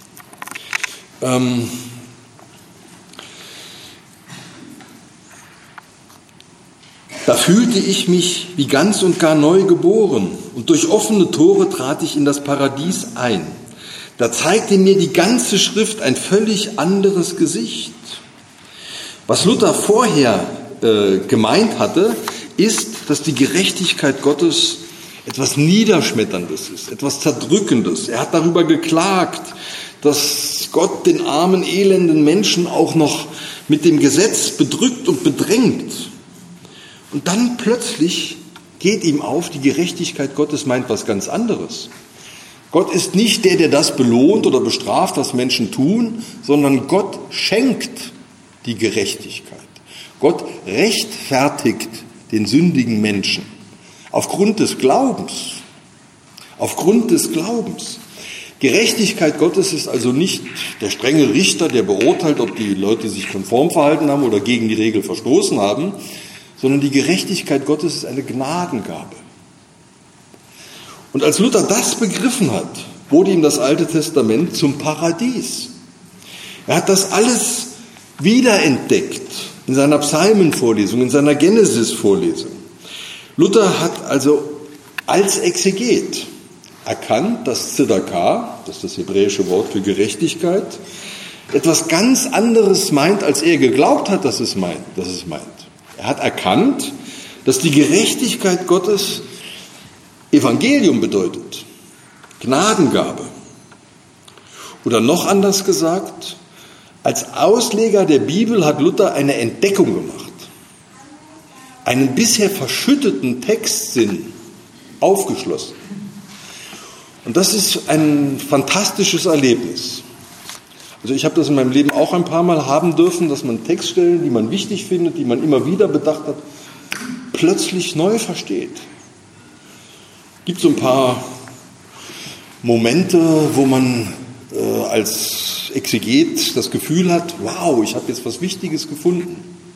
Da fühlte ich mich wie ganz und gar neu geboren, und durch offene Tore trat ich in das Paradies ein. Da zeigte mir die ganze Schrift ein völlig anderes Gesicht. Was Luther vorher gemeint hatte, ist, dass die Gerechtigkeit Gottes etwas Niederschmetterndes ist, etwas Zerdrückendes. Er hat darüber geklagt, dass Gott den armen, elenden Menschen auch noch mit dem Gesetz bedrückt und bedrängt. Und dann plötzlich geht ihm auf, die Gerechtigkeit Gottes meint was ganz anderes. Gott ist nicht der das belohnt oder bestraft, was Menschen tun, sondern Gott schenkt die Gerechtigkeit. Gott rechtfertigt den sündigen Menschen aufgrund des Glaubens. Aufgrund des Glaubens. Gerechtigkeit Gottes ist also nicht der strenge Richter, der beurteilt, ob die Leute sich konform verhalten haben oder gegen die Regel verstoßen haben, sondern die Gerechtigkeit Gottes ist eine Gnadengabe. Und als Luther das begriffen hat, wurde ihm das Alte Testament zum Paradies. Er hat das alles wiederentdeckt in seiner Psalmenvorlesung, in seiner Genesis-Vorlesung. Luther hat also als Exeget erkannt, dass Tzedakah, das ist das hebräische Wort für Gerechtigkeit, etwas ganz anderes meint, als er geglaubt hat, dass es meint. Er hat erkannt, dass die Gerechtigkeit Gottes Evangelium bedeutet, Gnadengabe. Oder noch anders gesagt, als Ausleger der Bibel hat Luther eine Entdeckung gemacht, einen bisher verschütteten Textsinn aufgeschlossen. Und das ist ein fantastisches Erlebnis. Also ich habe das in meinem Leben auch ein paar Mal haben dürfen, dass man Textstellen, die man wichtig findet, die man immer wieder bedacht hat, plötzlich neu versteht. Es gibt so ein paar Momente, wo man als Exeget das Gefühl hat, wow, ich habe jetzt was Wichtiges gefunden.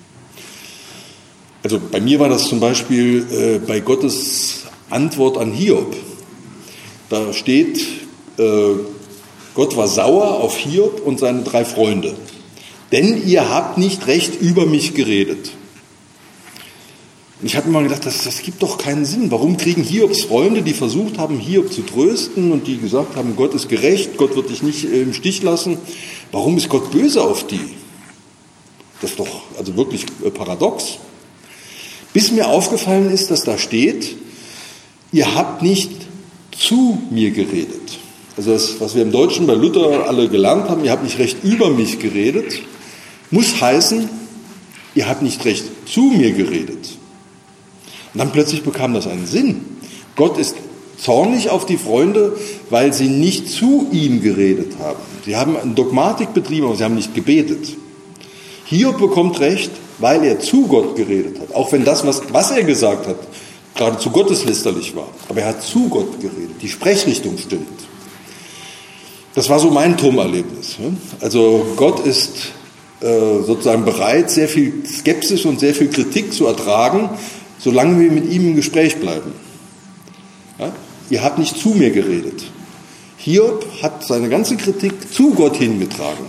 Also bei mir war das zum Beispiel bei Gottes Antwort an Hiob. Da steht, Gott war sauer auf Hiob und seine 3 Freunde, denn ihr habt nicht recht über mich geredet. Und ich habe mir mal gedacht, das gibt doch keinen Sinn. Warum kriegen Hiobs Freunde, die versucht haben, Hiob zu trösten und die gesagt haben, Gott ist gerecht, Gott wird dich nicht im Stich lassen, warum ist Gott böse auf die? Das ist doch also wirklich paradox. Bis mir aufgefallen ist, dass da steht, ihr habt nicht zu mir geredet. Also das, was wir im Deutschen bei Luther alle gelernt haben, ihr habt nicht recht über mich geredet, muss heißen, ihr habt nicht recht zu mir geredet. Und dann plötzlich bekam das einen Sinn. Gott ist zornig auf die Freunde, weil sie nicht zu ihm geredet haben. Sie haben eine Dogmatik betrieben, aber sie haben nicht gebetet. Hiob bekommt recht, weil er zu Gott geredet hat. Auch wenn das, was er gesagt hat, geradezu gotteslästerlich war. Aber er hat zu Gott geredet. Die Sprechrichtung stimmt. Das war so mein Turmerlebnis. Also Gott ist sozusagen bereit, sehr viel Skepsis und sehr viel Kritik zu ertragen, solange wir mit ihm im Gespräch bleiben. Ja? Ihr habt nicht zu mir geredet. Hiob hat seine ganze Kritik zu Gott hingetragen.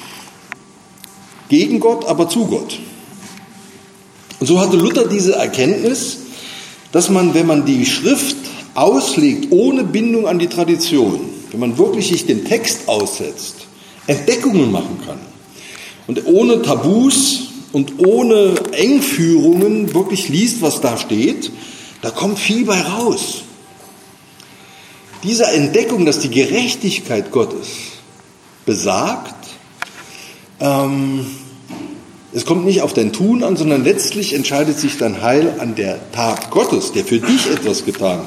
Gegen Gott, aber zu Gott. Und so hatte Luther diese Erkenntnis, dass man, wenn man die Schrift auslegt, ohne Bindung an die Tradition, wenn man wirklich sich den Text aussetzt, Entdeckungen machen kann und ohne Tabus und ohne Engführungen wirklich liest, was da steht, da kommt viel bei raus. Diese Entdeckung, dass die Gerechtigkeit Gottes besagt, es kommt nicht auf dein Tun an, sondern letztlich entscheidet sich dein Heil an der Tat Gottes, der für dich etwas getan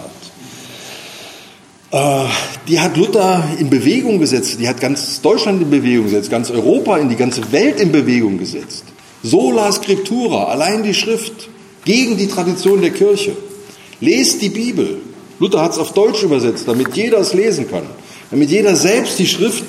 hat. Die hat Luther in Bewegung gesetzt, die hat ganz Deutschland in Bewegung gesetzt, ganz Europa, in die ganze Welt in Bewegung gesetzt. Sola Scriptura, allein die Schrift, gegen die Tradition der Kirche. Lest die Bibel. Luther hat es auf Deutsch übersetzt, damit jeder es lesen kann, damit jeder selbst die Schrift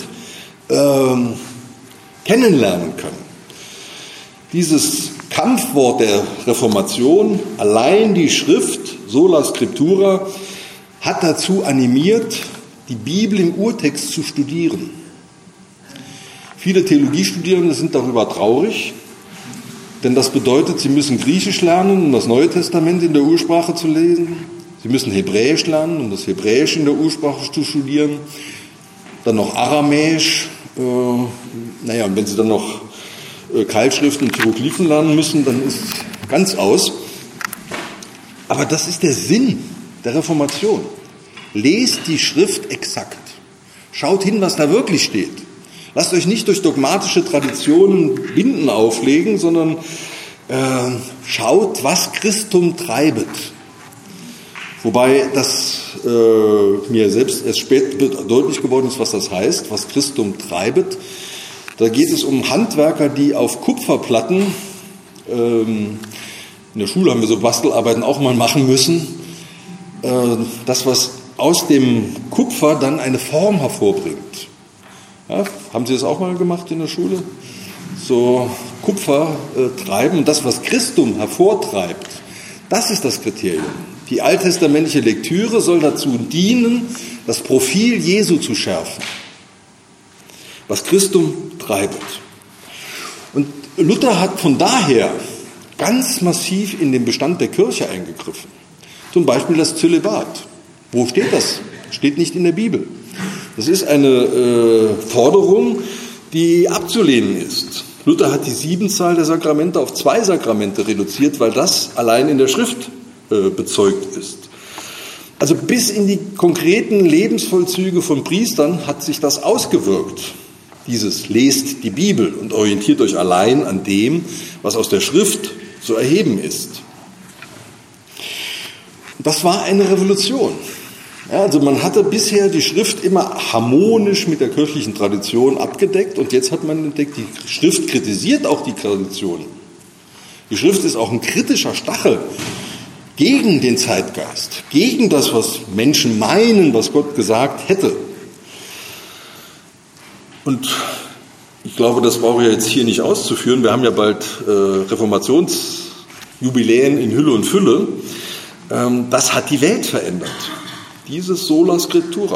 kennenlernen kann. Dieses Kampfwort der Reformation, allein die Schrift, Sola Scriptura, hat dazu animiert, die Bibel im Urtext zu studieren. Viele Theologiestudierende sind darüber traurig, denn das bedeutet, sie müssen Griechisch lernen, um das Neue Testament in der Ursprache zu lesen. Sie müssen Hebräisch lernen, um das Hebräisch in der Ursprache zu studieren. dann noch Aramäisch. Und wenn Sie dann noch Keilschriften und Hieroglyphen lernen müssen, dann ist ganz aus. Aber das ist der Sinn der Reformation. Lest die Schrift exakt. Schaut hin, was da wirklich steht. Lasst euch nicht durch dogmatische Traditionen Binden auflegen, sondern schaut, was Christum treibet. Wobei das mir selbst erst spät deutlich geworden ist, was das heißt, was Christum treibet. Da geht es um Handwerker, die auf Kupferplatten, in der Schule haben wir so Bastelarbeiten auch mal machen müssen, das, was aus dem Kupfer dann eine Form hervorbringt. Ja, haben Sie das auch mal gemacht in der Schule? So Kupfer treiben und das, was Christum hervortreibt, das ist das Kriterium. Die alttestamentliche Lektüre soll dazu dienen, das Profil Jesu zu schärfen, was Christum treibt. Und Luther hat von daher ganz massiv in den Bestand der Kirche eingegriffen. Zum Beispiel das Zölibat. Wo steht das? Steht nicht in der Bibel. Das ist eine Forderung, die abzulehnen ist. Luther hat die Siebenzahl der Sakramente auf 2 Sakramente reduziert, weil das allein in der Schrift bezeugt ist. Also bis in die konkreten Lebensvollzüge von Priestern hat sich das ausgewirkt. Dieses lest die Bibel und orientiert euch allein an dem, was aus der Schrift zu erheben ist. Das war eine Revolution. Ja, also man hatte bisher die Schrift immer harmonisch mit der kirchlichen Tradition abgedeckt und jetzt hat man entdeckt, die Schrift kritisiert auch die Tradition. Die Schrift ist auch ein kritischer Stachel gegen den Zeitgeist, gegen das, was Menschen meinen, was Gott gesagt hätte. Und ich glaube, das brauche ich jetzt hier nicht auszuführen. Wir haben ja bald Reformationsjubiläen in Hülle und Fülle. Das hat die Welt verändert. Dieses Sola Scriptura.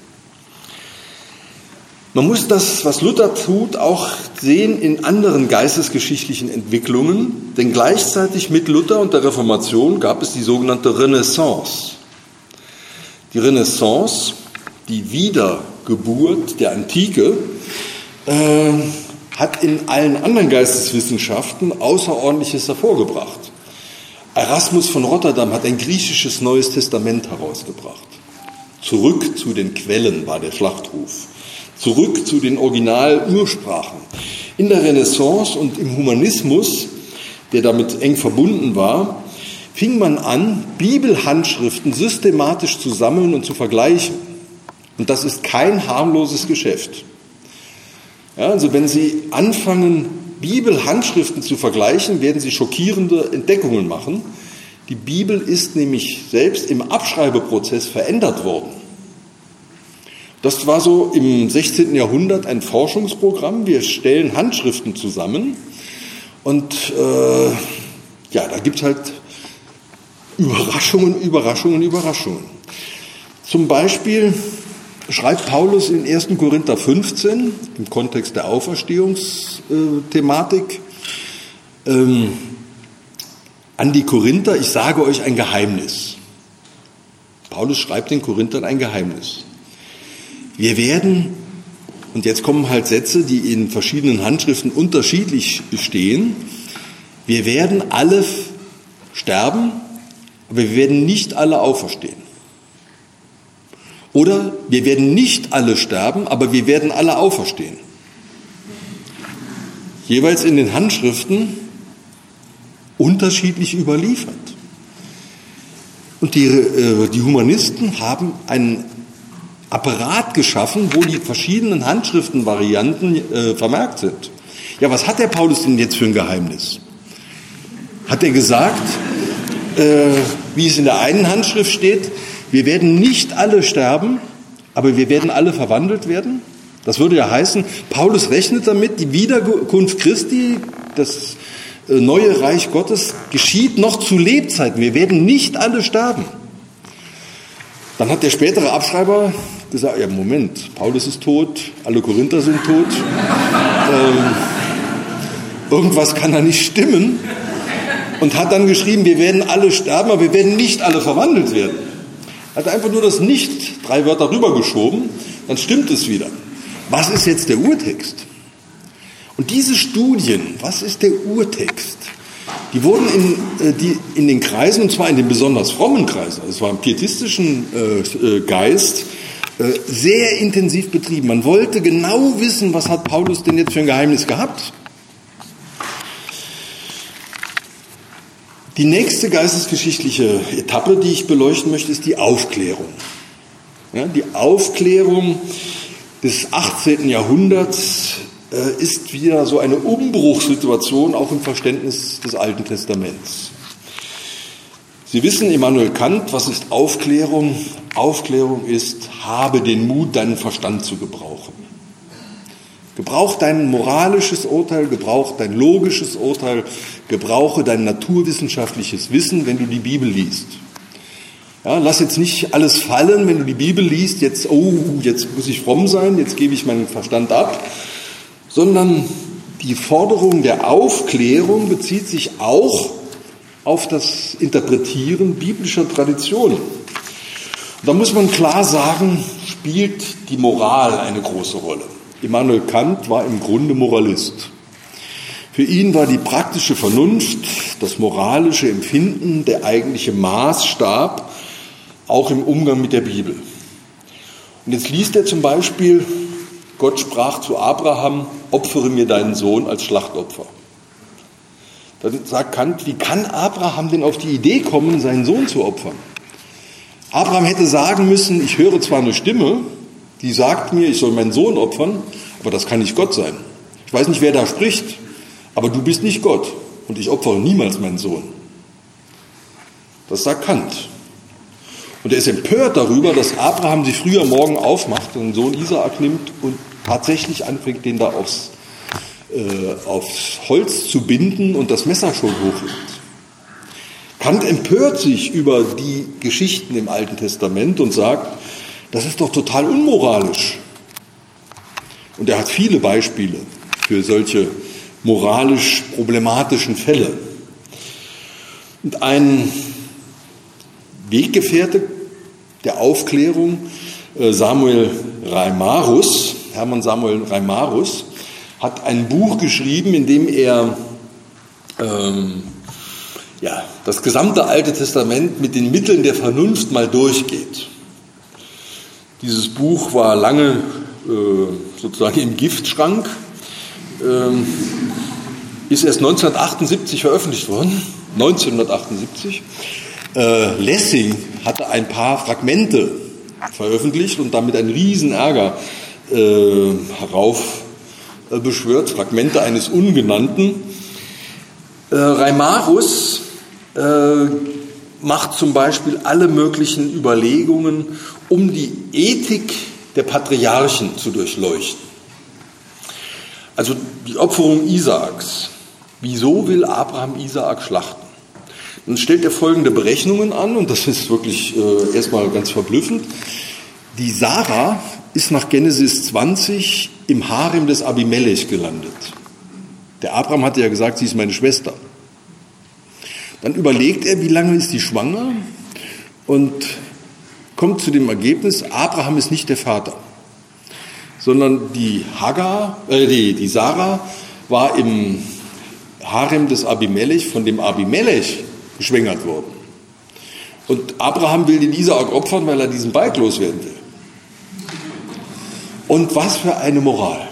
Man muss das, was Luther tut, auch sehen in anderen geistesgeschichtlichen Entwicklungen, denn gleichzeitig mit Luther und der Reformation gab es die sogenannte Renaissance. Die Renaissance, die Wiedergeburt der Antike, hat in allen anderen Geisteswissenschaften Außerordentliches hervorgebracht. Erasmus von Rotterdam hat ein griechisches Neues Testament herausgebracht. Zurück zu den Quellen war der Schlachtruf. Zurück zu den Original-Ursprachen. In der Renaissance und im Humanismus, der damit eng verbunden war, fing man an, Bibelhandschriften systematisch zu sammeln und zu vergleichen. Und das ist kein harmloses Geschäft. Ja, also wenn Sie anfangen, Bibelhandschriften zu vergleichen, werden Sie schockierende Entdeckungen machen. Die Bibel ist nämlich selbst im Abschreibeprozess verändert worden. Das war so im 16. Jahrhundert ein Forschungsprogramm. Wir stellen Handschriften zusammen und da gibt es halt Überraschungen. Zum Beispiel schreibt Paulus in 1. Korinther 15 im Kontext der Auferstehungsthematik an die Korinther, ich sage euch ein Geheimnis. Paulus schreibt den Korinthern ein Geheimnis. Wir werden, und jetzt kommen halt Sätze, die in verschiedenen Handschriften unterschiedlich stehen, wir werden alle sterben, aber wir werden nicht alle auferstehen. Oder wir werden nicht alle sterben, aber wir werden alle auferstehen. Jeweils in den Handschriften unterschiedlich überliefert. Und die Humanisten haben einen Apparat geschaffen, wo die verschiedenen Handschriftenvarianten vermerkt sind. Ja, was hat der Paulus denn jetzt für ein Geheimnis? Hat er gesagt, wie es in der einen Handschrift steht, wir werden nicht alle sterben, aber wir werden alle verwandelt werden? Das würde ja heißen, Paulus rechnet damit, die Wiederkunft Christi, das neue Reich Gottes, geschieht noch zu Lebzeiten. Wir werden nicht alle sterben. Dann hat der spätere Abschreiber gesagt, ja Moment, Paulus ist tot, alle Korinther sind tot, irgendwas kann da nicht stimmen und hat dann geschrieben, wir werden alle sterben, aber wir werden nicht alle verwandelt werden. Hat einfach nur das Nicht 3 Wörter rübergeschoben, dann stimmt es wieder. Was ist jetzt der Urtext? Und diese Studien, was ist der Urtext, die wurden in den Kreisen, und zwar in den besonders frommen Kreisen, also es war im pietistischen Geist, sehr intensiv betrieben. Man wollte genau wissen, was hat Paulus denn jetzt für ein Geheimnis gehabt? Die nächste geistesgeschichtliche Etappe, die ich beleuchten möchte, ist die Aufklärung. Ja, die Aufklärung des 18. Jahrhunderts ist wieder so eine Umbruchssituation auch im Verständnis des Alten Testaments. Sie wissen, Immanuel Kant, was ist Aufklärung? Aufklärung ist, habe den Mut, deinen Verstand zu gebrauchen. Gebrauch dein moralisches Urteil, gebrauch dein logisches Urteil, gebrauche dein naturwissenschaftliches Wissen, wenn du die Bibel liest. Ja, lass jetzt nicht alles fallen, wenn du die Bibel liest, jetzt muss ich fromm sein, jetzt gebe ich meinen Verstand ab, sondern die Forderung der Aufklärung bezieht sich auch auf das Interpretieren biblischer Traditionen. Und da muss man klar sagen, spielt die Moral eine große Rolle. Immanuel Kant war im Grunde Moralist. Für ihn war die praktische Vernunft, das moralische Empfinden der eigentliche Maßstab, auch im Umgang mit der Bibel. Und jetzt liest er zum Beispiel, Gott sprach zu Abraham, opfere mir deinen Sohn als Schlachtopfer. Dann sagt Kant, wie kann Abraham denn auf die Idee kommen, seinen Sohn zu opfern? Abraham hätte sagen müssen, ich höre zwar eine Stimme, die sagt mir, ich soll meinen Sohn opfern, aber das kann nicht Gott sein. Ich weiß nicht, wer da spricht, aber du bist nicht Gott und ich opfere niemals meinen Sohn. Das sagt Kant. Und er ist empört darüber, dass Abraham sich früh am Morgen aufmacht, seinen Sohn Isaak nimmt und tatsächlich anfängt, den da aufs Holz zu binden und das Messer schon hochlegt. Kant empört sich über die Geschichten im Alten Testament und sagt, das ist doch total unmoralisch. Und er hat viele Beispiele für solche moralisch problematischen Fälle. Und ein Weggefährte der Aufklärung, Hermann Samuel Reimarus, hat ein Buch geschrieben, in dem er das gesamte Alte Testament mit den Mitteln der Vernunft mal durchgeht. Dieses Buch war lange sozusagen im Giftschrank, ist erst 1978 veröffentlicht worden, 1978. Lessing hatte ein paar Fragmente veröffentlicht und damit einen riesen Ärger heraufbeschwört, Fragmente eines Ungenannten. Reimarus macht zum Beispiel alle möglichen Überlegungen, um die Ethik der Patriarchen zu durchleuchten. Also die Opferung Isaaks. Wieso will Abraham Isaak schlachten? Dann stellt er folgende Berechnungen an, und das ist wirklich erstmal ganz verblüffend. Die Sarah ist nach Genesis 20 im Harem des Abimelech gelandet. Der Abraham hatte ja gesagt, sie ist meine Schwester. Dann überlegt er, wie lange ist die schwanger, und kommt zu dem Ergebnis, Abraham ist nicht der Vater, sondern die Sarah war im Harem des Abimelech von dem Abimelech geschwängert worden. Und Abraham will den Isaak opfern, weil er diesen Balg loswerden will. Und was für eine Moral.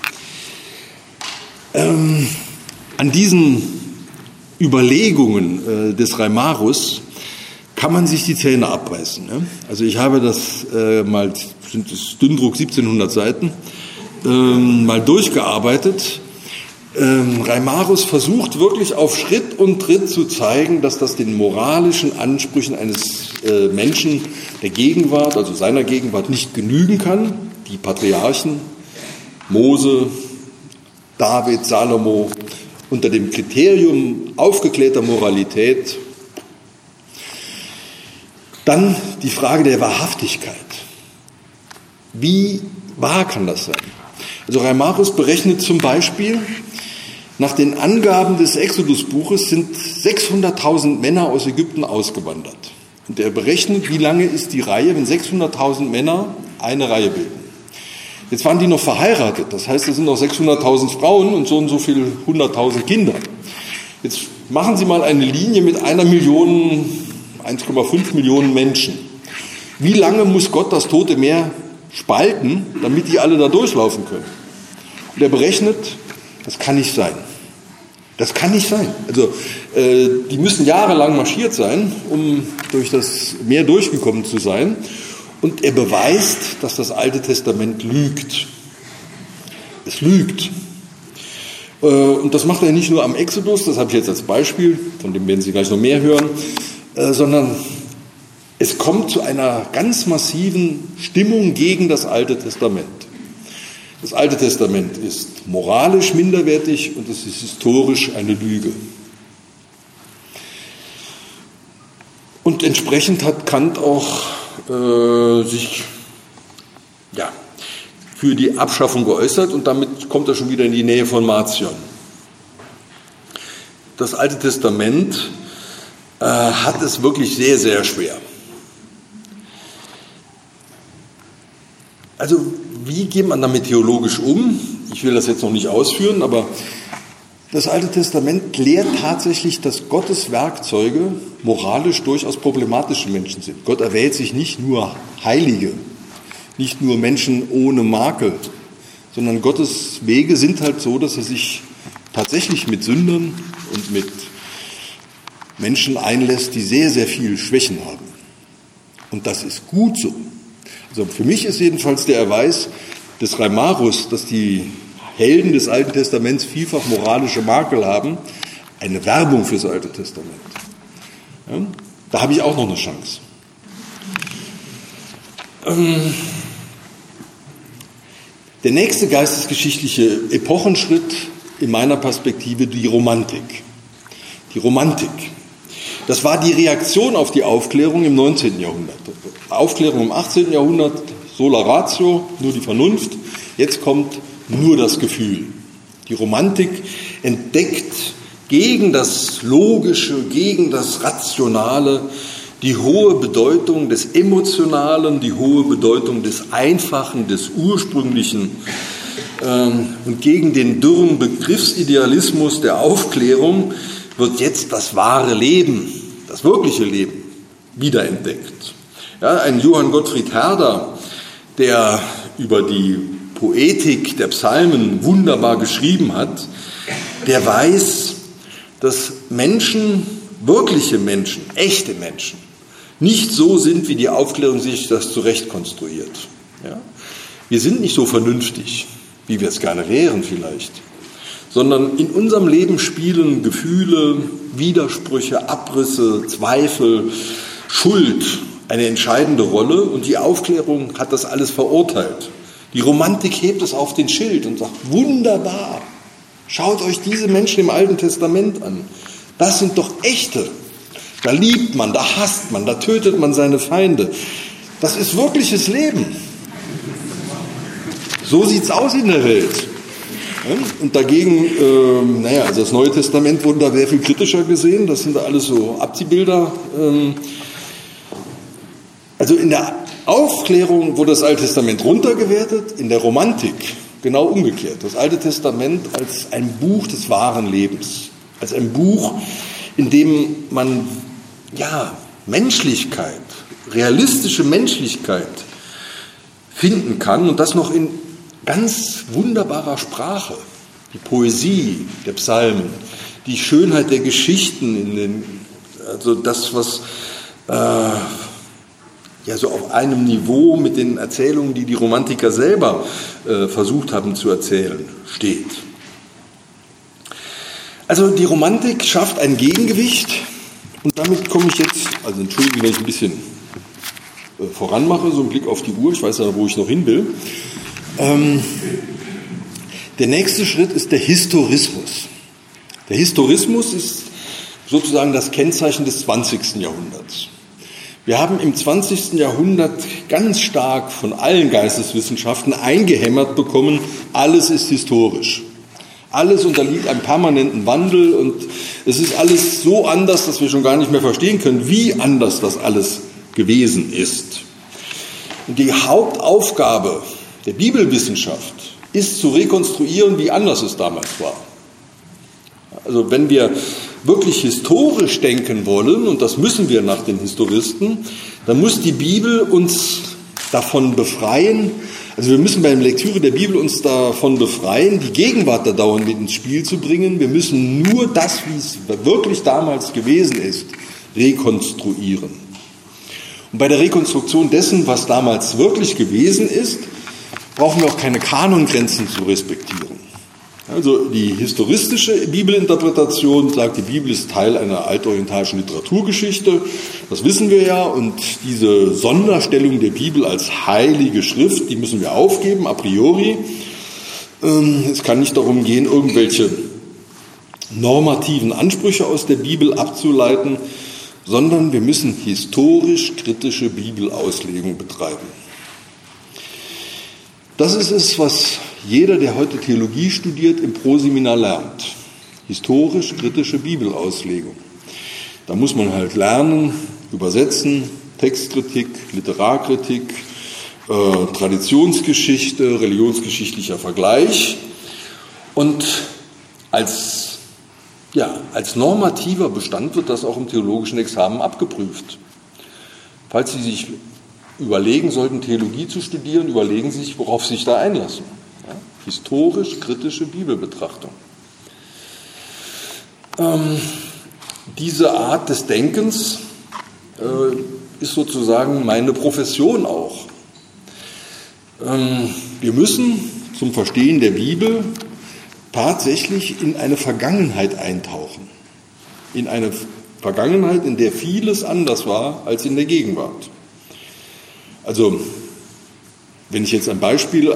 An diesen Überlegungen des Reimarus kann man sich die Zähne abbeißen. Ne? Also ich habe das mal, das Dünndruck 1700 Seiten, mal durchgearbeitet. Reimarus versucht wirklich auf Schritt und Tritt zu zeigen, dass das den moralischen Ansprüchen eines Menschen der Gegenwart, also seiner Gegenwart, nicht genügen kann. Die Patriarchen, Mose, David, Salomo, unter dem Kriterium aufgeklärter Moralität. Dann die Frage der Wahrhaftigkeit. Wie wahr kann das sein? Also Reimarus berechnet zum Beispiel, nach den Angaben des Exodus-Buches sind 600.000 Männer aus Ägypten ausgewandert. Und er berechnet, wie lange ist die Reihe, wenn 600.000 Männer eine Reihe bilden. Jetzt waren die noch verheiratet, das heißt, es sind noch 600.000 Frauen und so viele 100.000 Kinder. Jetzt machen Sie mal eine Linie mit 1,5 Millionen Menschen. Wie lange muss Gott das Tote Meer spalten, damit die alle da durchlaufen können? Und er berechnet, das kann nicht sein. Das kann nicht sein. Also die müssen jahrelang marschiert sein, um durch das Meer durchgekommen zu sein. Und er beweist, dass das Alte Testament lügt. Es lügt. Und das macht er nicht nur am Exodus, das habe ich jetzt als Beispiel, von dem werden Sie gleich noch mehr hören, sondern es kommt zu einer ganz massiven Stimmung gegen das Alte Testament. Das Alte Testament ist moralisch minderwertig und es ist historisch eine Lüge. Und entsprechend hat Kant auch sich für die Abschaffung geäußert und damit kommt er schon wieder in die Nähe von Marcion. Das Alte Testament hat es wirklich sehr, sehr schwer. Also wie geht man damit theologisch um? Ich will das jetzt noch nicht ausführen, aber das Alte Testament lehrt tatsächlich, dass Gottes Werkzeuge moralisch durchaus problematische Menschen sind. Gott erwählt sich nicht nur Heilige, nicht nur Menschen ohne Makel, sondern Gottes Wege sind halt so, dass er sich tatsächlich mit Sündern und mit Menschen einlässt, die sehr, sehr viel Schwächen haben. Und das ist gut so. Also für mich ist jedenfalls der Erweis des Reimarus, dass die Helden des Alten Testaments vielfach moralische Makel haben, eine Werbung fürs Alte Testament. Ja, da habe ich auch noch eine Chance. Der nächste geistesgeschichtliche Epochenschritt in meiner Perspektive die Romantik. Die Romantik. Das war die Reaktion auf die Aufklärung im 19. Jahrhundert. Aufklärung im 18. Jahrhundert, sola ratio, nur die Vernunft. Jetzt kommt nur das Gefühl. Die Romantik entdeckt gegen das Logische, gegen das Rationale die hohe Bedeutung des Emotionalen, die hohe Bedeutung des Einfachen, des Ursprünglichen und gegen den dürren Begriffsidealismus der Aufklärung wird jetzt das wahre Leben, das wirkliche Leben wiederentdeckt. Ja, ein Johann Gottfried Herder, der über die Poetik der Psalmen wunderbar geschrieben hat, der weiß, dass Menschen, wirkliche Menschen, echte Menschen, nicht so sind, wie die Aufklärung sich das zurechtkonstruiert. Ja? Wir sind nicht so vernünftig, wie wir es gerne wären vielleicht, sondern in unserem Leben spielen Gefühle, Widersprüche, Abrisse, Zweifel, Schuld eine entscheidende Rolle und die Aufklärung hat das alles verurteilt. Die Romantik hebt es auf den Schild und sagt, wunderbar, schaut euch diese Menschen im Alten Testament an. Das sind doch echte. Da liebt man, da hasst man, da tötet man seine Feinde. Das ist wirkliches Leben. So sieht's aus in der Welt. Und dagegen, also das Neue Testament wurde da sehr viel kritischer gesehen. Das sind da alles so Abziehbilder. Also in der Aufklärung wurde das Alte Testament runtergewertet, in der Romantik genau umgekehrt. Das Alte Testament als ein Buch des wahren Lebens, als ein Buch, in dem man Menschlichkeit, realistische Menschlichkeit finden kann und das noch in ganz wunderbarer Sprache. Die Poesie der Psalmen, die Schönheit der Geschichten, also das, was so auf einem Niveau mit den Erzählungen, die die Romantiker selber versucht haben zu erzählen, steht. Also die Romantik schafft ein Gegengewicht und damit komme ich jetzt, also entschuldigen, wenn ich ein bisschen voranmache, so einen Blick auf die Uhr, ich weiß ja, wo ich noch hin will. Der nächste Schritt ist der Historismus. Der Historismus ist sozusagen das Kennzeichen des 20. Jahrhunderts. Wir haben im 20. Jahrhundert ganz stark von allen Geisteswissenschaften eingehämmert bekommen, alles ist historisch. Alles unterliegt einem permanenten Wandel und es ist alles so anders, dass wir schon gar nicht mehr verstehen können, wie anders das alles gewesen ist. Und die Hauptaufgabe der Bibelwissenschaft ist zu rekonstruieren, wie anders es damals war. Also wenn wir wirklich historisch denken wollen, und das müssen wir nach den Historisten, dann muss die Bibel uns davon befreien, also wir müssen bei der Lektüre der Bibel uns davon befreien, die Gegenwart da dauernd mit ins Spiel zu bringen. Wir müssen nur das, wie es wirklich damals gewesen ist, rekonstruieren. Und bei der Rekonstruktion dessen, was damals wirklich gewesen ist, brauchen wir auch keine Kanongrenzen zu respektieren. Also die historistische Bibelinterpretation sagt, die Bibel ist Teil einer altorientalischen Literaturgeschichte, das wissen wir ja, und diese Sonderstellung der Bibel als heilige Schrift, die müssen wir aufgeben, a priori. Es kann nicht darum gehen, irgendwelche normativen Ansprüche aus der Bibel abzuleiten, sondern wir müssen historisch-kritische Bibelauslegung betreiben. Das ist es, was jeder, der heute Theologie studiert, im Proseminar lernt. Historisch-kritische Bibelauslegung. Da muss man halt lernen, übersetzen, Textkritik, Literarkritik, Traditionsgeschichte, religionsgeschichtlicher Vergleich. Und als normativer Bestand wird das auch im theologischen Examen abgeprüft. Falls Sie sich überlegen sollten, Theologie zu studieren, überlegen Sie sich, worauf Sie sich da einlassen. Ja? Historisch-kritische Bibelbetrachtung. Diese Art des Denkens ist sozusagen meine Profession auch. Wir müssen zum Verstehen der Bibel tatsächlich in eine Vergangenheit eintauchen. In eine Vergangenheit, in der vieles anders war als in der Gegenwart. Also, wenn ich jetzt ein Beispiel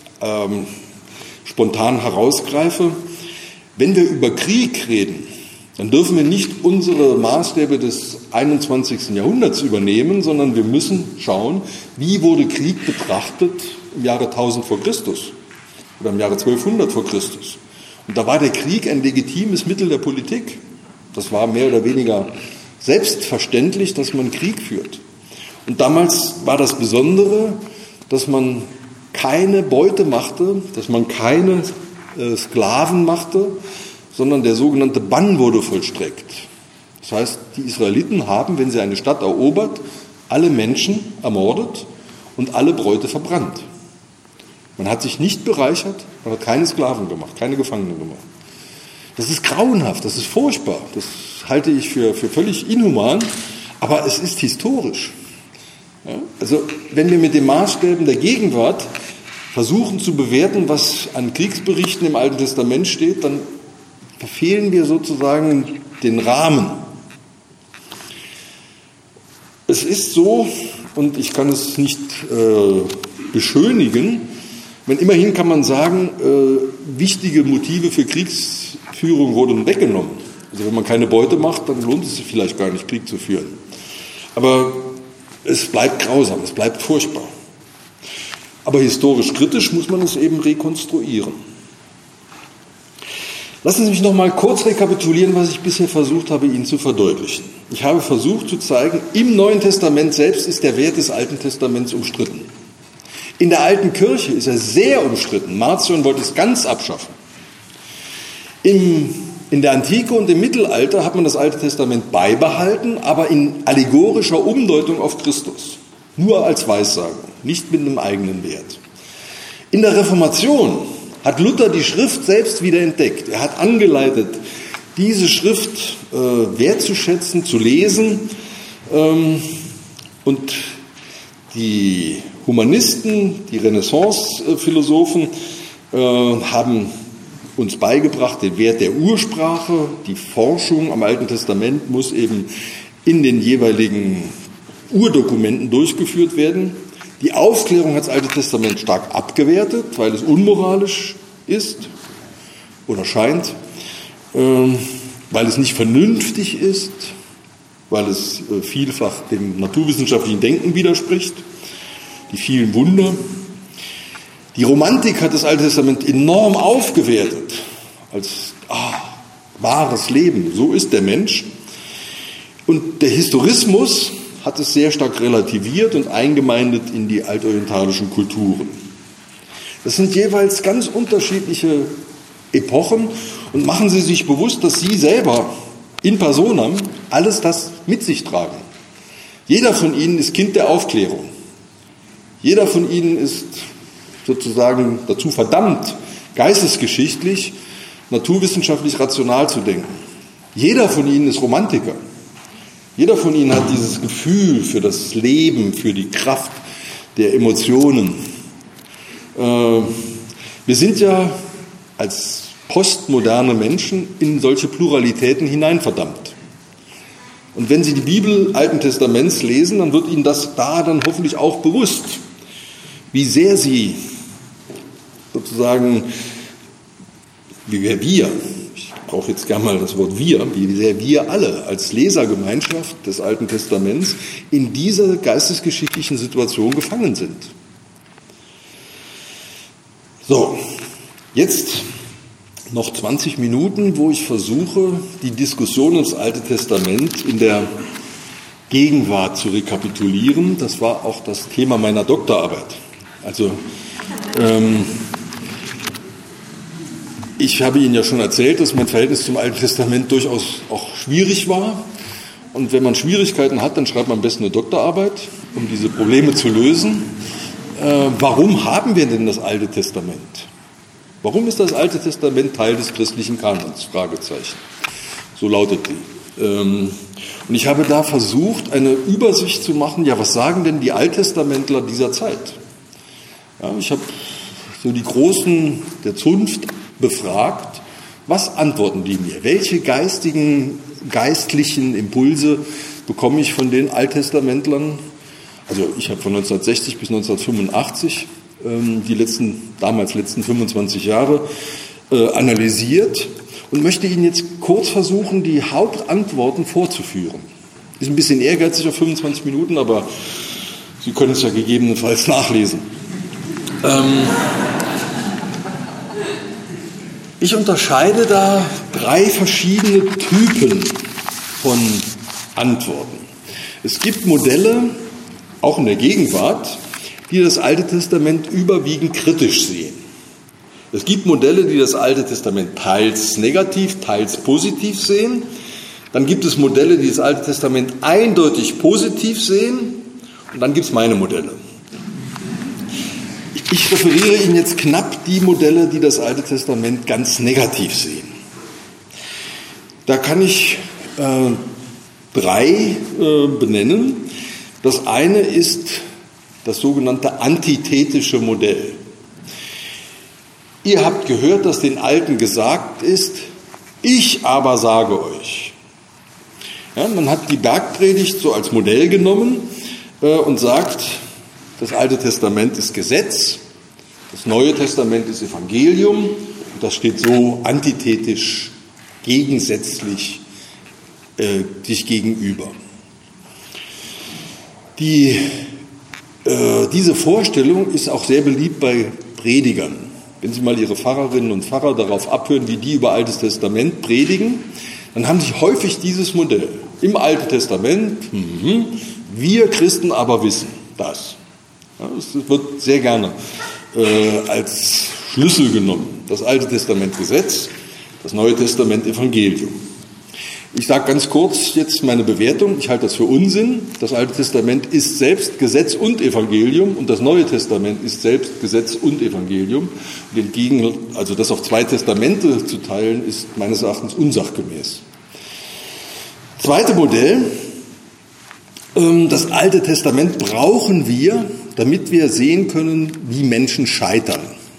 spontan herausgreife, wenn wir über Krieg reden, dann dürfen wir nicht unsere Maßstäbe des 21. Jahrhunderts übernehmen, sondern wir müssen schauen, wie wurde Krieg betrachtet im Jahre 1000 vor Christus oder im Jahre 1200 vor Christus. Und da war der Krieg ein legitimes Mittel der Politik. Das war mehr oder weniger selbstverständlich, dass man Krieg führt. Und damals war das Besondere, dass man keine Beute machte, dass man keine Sklaven machte, sondern der sogenannte Bann wurde vollstreckt. Das heißt, die Israeliten haben, wenn sie eine Stadt erobert, alle Menschen ermordet und alle Bräute verbrannt. Man hat sich nicht bereichert, man hat keine Sklaven gemacht, keine Gefangenen gemacht. Das ist grauenhaft, das ist furchtbar, das halte ich für völlig inhuman, aber es ist historisch. Ja? Also wenn wir mit den Maßstäben der Gegenwart versuchen zu bewerten, was an Kriegsberichten im Alten Testament steht, dann verfehlen wir sozusagen den Rahmen. Es ist so, und ich kann es nicht beschönigen, immerhin kann man sagen, wichtige Motive für Kriegsführung wurden weggenommen. Also wenn man keine Beute macht, dann lohnt es sich vielleicht gar nicht, Krieg zu führen. Aber es bleibt grausam, es bleibt furchtbar. Aber historisch kritisch muss man es eben rekonstruieren. Lassen Sie mich noch mal kurz rekapitulieren, was ich bisher versucht habe, Ihnen zu verdeutlichen. Ich habe versucht zu zeigen, im Neuen Testament selbst ist der Wert des Alten Testaments umstritten. In der alten Kirche ist er sehr umstritten. Marcion wollte es ganz abschaffen. In der Antike und im Mittelalter hat man das Alte Testament beibehalten, aber in allegorischer Umdeutung auf Christus. Nur als Weissagung, nicht mit einem eigenen Wert. In der Reformation hat Luther die Schrift selbst wieder entdeckt. Er hat angeleitet, diese Schrift wertzuschätzen, zu lesen. Und die Humanisten, die Renaissance-Philosophen haben uns beigebracht, den Wert der Ursprache. Die Forschung am Alten Testament muss eben in den jeweiligen Urdokumenten durchgeführt werden. Die Aufklärung hat das Alte Testament stark abgewertet, weil es unmoralisch ist oder scheint, weil es nicht vernünftig ist, weil es vielfach dem naturwissenschaftlichen Denken widerspricht, die vielen Wunder. Die Romantik hat das Alte Testament enorm aufgewertet, als wahres Leben, so ist der Mensch. Und der Historismus hat es sehr stark relativiert und eingemeindet in die altorientalischen Kulturen. Das sind jeweils ganz unterschiedliche Epochen und machen Sie sich bewusst, dass Sie selber in personam alles das mit sich tragen. Jeder von Ihnen ist Kind der Aufklärung. Jeder von Ihnen ist sozusagen dazu verdammt, geistesgeschichtlich, naturwissenschaftlich rational zu denken. Jeder von Ihnen ist Romantiker. Jeder von Ihnen hat dieses Gefühl für das Leben, für die Kraft der Emotionen. Wir sind ja als postmoderne Menschen in solche Pluralitäten hineinverdammt. Und wenn Sie die Bibel Alten Testaments lesen, dann wird Ihnen das da dann hoffentlich auch bewusst, wie sehr Sie sozusagen, wie wir, ich brauche jetzt gerne mal das Wort wir, wie sehr wir alle als Lesergemeinschaft des Alten Testaments in dieser geistesgeschichtlichen Situation gefangen sind. So, jetzt noch 20 Minuten, wo ich versuche, die Diskussion ums Alte Testament in der Gegenwart zu rekapitulieren. Das war auch das Thema meiner Doktorarbeit. Also, ich habe Ihnen ja schon erzählt, dass mein Verhältnis zum Alten Testament durchaus auch schwierig war. Und wenn man Schwierigkeiten hat, dann schreibt man am besten eine Doktorarbeit, um diese Probleme zu lösen. Warum haben wir denn das Alte Testament? Warum ist das Alte Testament Teil des christlichen Kanons? Fragezeichen. So lautet die. Und ich habe da versucht, eine Übersicht zu machen, ja, was sagen denn die Alttestamentler dieser Zeit? Ja, ich habe so die Großen der Zunft befragt, was antworten die mir? Welche geistlichen Impulse bekomme ich von den Alttestamentlern? Also ich habe von 1960 bis 1985 die damals letzten 25 Jahre analysiert und möchte Ihnen jetzt kurz versuchen, die Hauptantworten vorzuführen. Ist ein bisschen ehrgeizig auf 25 Minuten, aber Sie können es ja gegebenenfalls nachlesen. Ich unterscheide da 3 verschiedene Typen von Antworten. Es gibt Modelle, auch in der Gegenwart, die das Alte Testament überwiegend kritisch sehen. Es gibt Modelle, die das Alte Testament teils negativ, teils positiv sehen. Dann gibt es Modelle, die das Alte Testament eindeutig positiv sehen. Und dann gibt es meine Modelle. Ich referiere Ihnen jetzt knapp die Modelle, die das Alte Testament ganz negativ sehen. Da kann ich 3 benennen. Das eine ist das sogenannte antithetische Modell. Ihr habt gehört, dass den Alten gesagt ist, ich aber sage euch. Ja, man hat die Bergpredigt so als Modell genommen und sagt, das Alte Testament ist Gesetz, das Neue Testament ist Evangelium und das steht so antithetisch, gegensätzlich sich gegenüber. Diese Vorstellung ist auch sehr beliebt bei Predigern. Wenn Sie mal Ihre Pfarrerinnen und Pfarrer darauf abhören, wie die über Altes Testament predigen, dann haben sie häufig dieses Modell. Im Alten Testament, wir Christen aber wissen das. Ja, das wird sehr gerne als Schlüssel genommen. Das Alte Testament Gesetz, das Neue Testament Evangelium. Ich sage ganz kurz jetzt meine Bewertung. Ich halte das für Unsinn. Das Alte Testament ist selbst Gesetz und das Neue Testament ist selbst Gesetz und Evangelium. Also das auf 2 Testamente zu teilen, ist meines Erachtens unsachgemäß. Zweite Modell. Das Alte Testament brauchen wir, damit wir sehen können, wie Menschen scheitern.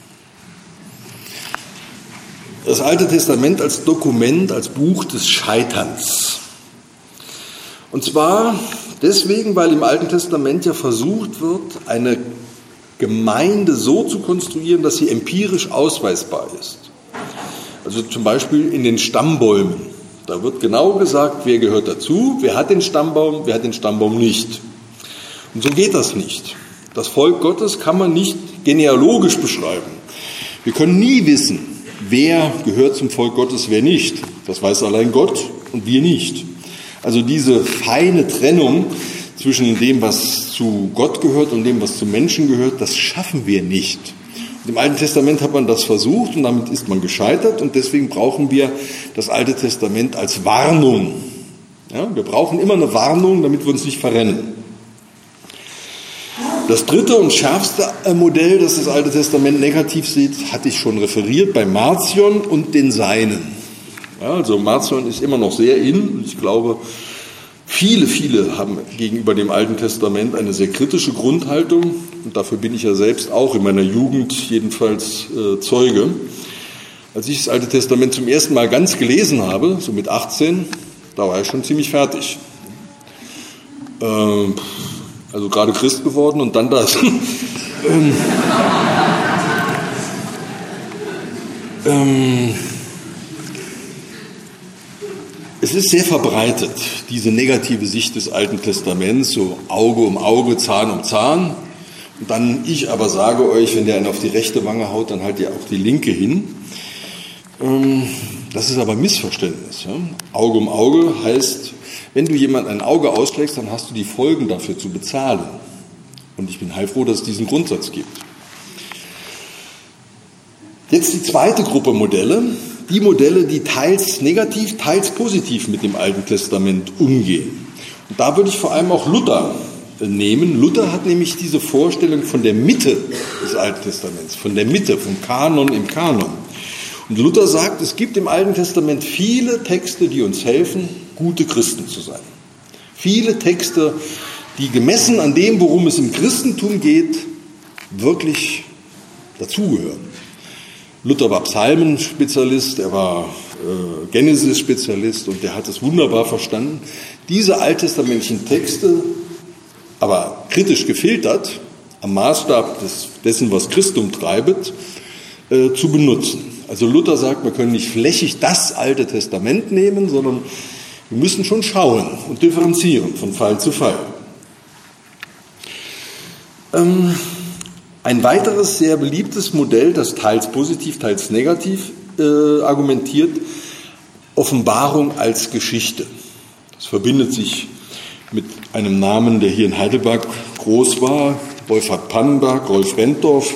Das Alte Testament als Dokument, als Buch des Scheiterns. Und zwar deswegen, weil im Alten Testament ja versucht wird, eine Gemeinde so zu konstruieren, dass sie empirisch ausweisbar ist. Also zum Beispiel in den Stammbäumen. Da wird genau gesagt, wer gehört dazu, wer hat den Stammbaum nicht. Und so geht das nicht. Das Volk Gottes kann man nicht genealogisch beschreiben. Wir können nie wissen, wer gehört zum Volk Gottes, wer nicht. Das weiß allein Gott und wir nicht. Also diese feine Trennung zwischen dem, was zu Gott gehört und dem, was zum Menschen gehört, das schaffen wir nicht. Im Alten Testament hat man das versucht und damit ist man gescheitert und deswegen brauchen wir das Alte Testament als Warnung. Ja, wir brauchen immer eine Warnung, damit wir uns nicht verrennen. Das dritte und schärfste Modell, das das Alte Testament negativ sieht, hatte ich schon referiert bei Marcion und den Seinen. Ja, also Marcion ist immer noch sehr in. Ich glaube, viele haben gegenüber dem Alten Testament eine sehr kritische Grundhaltung. Und dafür bin ich ja selbst auch in meiner Jugend jedenfalls Zeuge. Als ich das Alte Testament zum ersten Mal ganz gelesen habe, so mit 18, da war ich schon ziemlich fertig. Also gerade Christ geworden und dann das. Es ist sehr verbreitet, diese negative Sicht des Alten Testaments, so Auge um Auge, Zahn um Zahn. Und dann ich aber sage euch, wenn der einen auf die rechte Wange haut, dann halt ihr auch die linke hin. Das ist aber ein Missverständnis. Ja? Auge um Auge heißt, wenn du jemand ein Auge ausschlägst, dann hast du die Folgen dafür zu bezahlen. Und ich bin heilfroh, dass es diesen Grundsatz gibt. Jetzt die zweite Gruppe Modelle. Die Modelle, die teils negativ, teils positiv mit dem Alten Testament umgehen. Und da würde ich vor allem auch Luther nehmen. Luther hat nämlich diese Vorstellung von der Mitte des Alten Testaments, von der Mitte, vom Kanon im Kanon. Und Luther sagt, es gibt im Alten Testament viele Texte, die uns helfen, gute Christen zu sein. Viele Texte, die gemessen an dem, worum es im Christentum geht, wirklich dazugehören. Luther war Psalmenspezialist, er war Genesis-Spezialist und der hat es wunderbar verstanden, diese alttestamentlichen Texte, aber kritisch gefiltert, am Maßstab dessen, was Christum treibet, zu benutzen. Also Luther sagt, wir können nicht flächig das Alte Testament nehmen, sondern wir müssen schon schauen und differenzieren von Fall zu Fall. Ein weiteres sehr beliebtes Modell, das teils positiv, teils negativ argumentiert, Offenbarung als Geschichte. Das verbindet sich mit einem Namen, der hier in Heidelberg groß war, Wolfhard Pannenberg, Rolf Renddorf.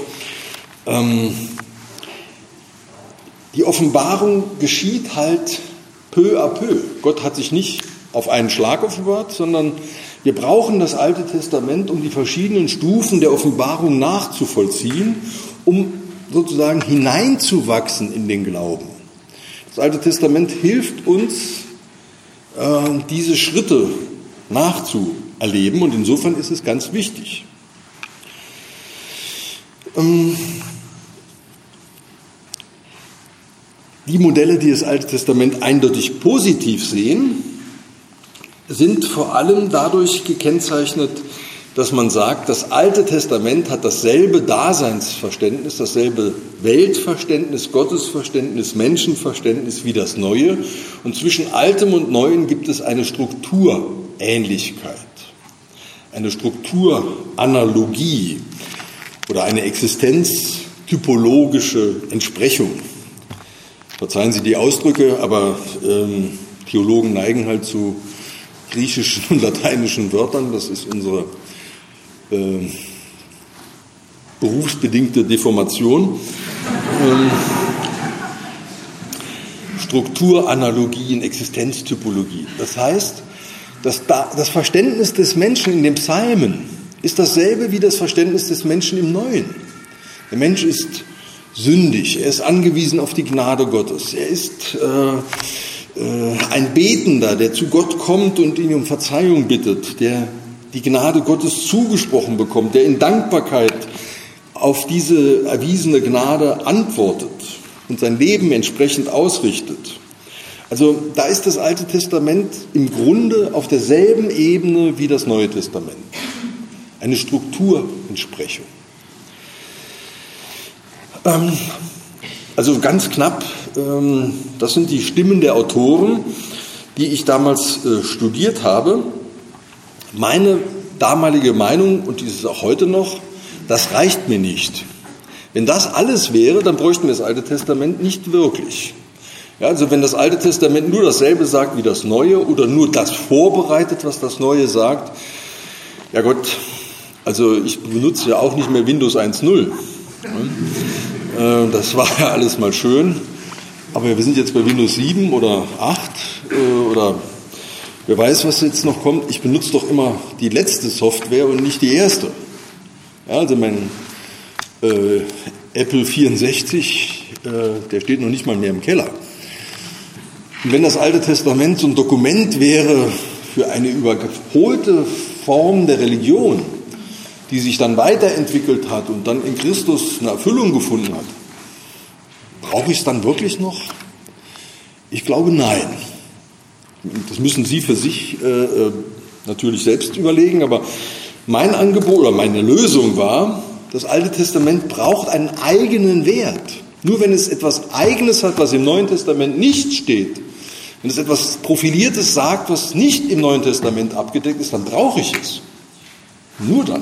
Die Offenbarung geschieht halt peu à peu. Gott hat sich nicht auf einen Schlag offenbart, sondern wir brauchen das Alte Testament, um die verschiedenen Stufen der Offenbarung nachzuvollziehen, um sozusagen hineinzuwachsen in den Glauben. Das Alte Testament hilft uns, diese Schritte nachzuerleben und insofern ist es ganz wichtig. Die Modelle, die das Alte Testament eindeutig positiv sehen, sind vor allem dadurch gekennzeichnet, dass man sagt, das Alte Testament hat dasselbe Daseinsverständnis, dasselbe Weltverständnis, Gottesverständnis, Menschenverständnis wie das Neue. Und zwischen Altem und Neuem gibt es eine Strukturähnlichkeit, eine Strukturanalogie oder eine existenztypologische Entsprechung. Verzeihen Sie die Ausdrücke, aber Theologen neigen halt zu griechischen und lateinischen Wörtern. Das ist unsere berufsbedingte Deformation. Strukturanalogien, Existenztypologie. Das heißt, das Verständnis des Menschen in den Psalmen ist dasselbe wie das Verständnis des Menschen im Neuen. Der Mensch ist sündig, er ist angewiesen auf die Gnade Gottes, er ist ein Betender, der zu Gott kommt und ihn um Verzeihung bittet, der die Gnade Gottes zugesprochen bekommt, der in Dankbarkeit auf diese erwiesene Gnade antwortet und sein Leben entsprechend ausrichtet. Also da ist das Alte Testament im Grunde auf derselben Ebene wie das Neue Testament. Eine Strukturentsprechung. Also ganz knapp, das sind die Stimmen der Autoren, die ich damals studiert habe. Meine damalige Meinung, und die ist es auch heute noch, das reicht mir nicht. Wenn das alles wäre, dann bräuchten wir das Alte Testament nicht wirklich. Ja, also wenn das Alte Testament nur dasselbe sagt wie das Neue oder nur das vorbereitet, was das Neue sagt, ja Gott, also ich benutze ja auch nicht mehr Windows 1.0. Das war ja alles mal schön, aber wir sind jetzt bei Windows 7 oder 8 oder wer weiß, was jetzt noch kommt. Ich benutze doch immer die letzte Software und nicht die erste. Ja, also mein Apple 64, der steht noch nicht mal mehr im Keller. Und wenn das Alte Testament so ein Dokument wäre für eine überholte Form der Religion, die sich dann weiterentwickelt hat und dann in Christus eine Erfüllung gefunden hat, brauche ich es dann wirklich noch? Ich glaube, nein. Das müssen Sie für sich natürlich selbst überlegen, aber mein Angebot oder meine Lösung war, das Alte Testament braucht einen eigenen Wert. Nur wenn es etwas Eigenes hat, was im Neuen Testament nicht steht, wenn es etwas Profiliertes sagt, was nicht im Neuen Testament abgedeckt ist, dann brauche ich es. Nur dann.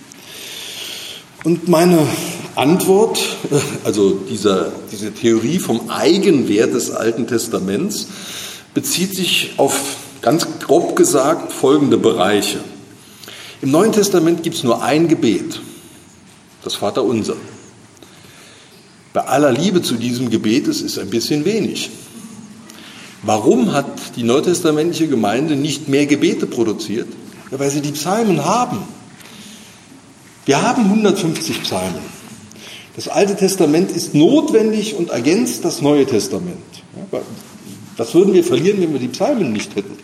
Und meine Antwort, also diese Theorie vom Eigenwert des Alten Testaments, bezieht sich auf, ganz grob gesagt, folgende Bereiche. Im Neuen Testament gibt es nur ein Gebet, das Vaterunser. Bei aller Liebe zu diesem Gebet ist es ein bisschen wenig. Warum hat die neutestamentliche Gemeinde nicht mehr Gebete produziert? Ja, weil sie die Psalmen haben. Wir haben 150 Psalmen. Das Alte Testament ist notwendig und ergänzt das Neue Testament. Ja, was würden wir verlieren, wenn wir die Psalmen nicht hätten?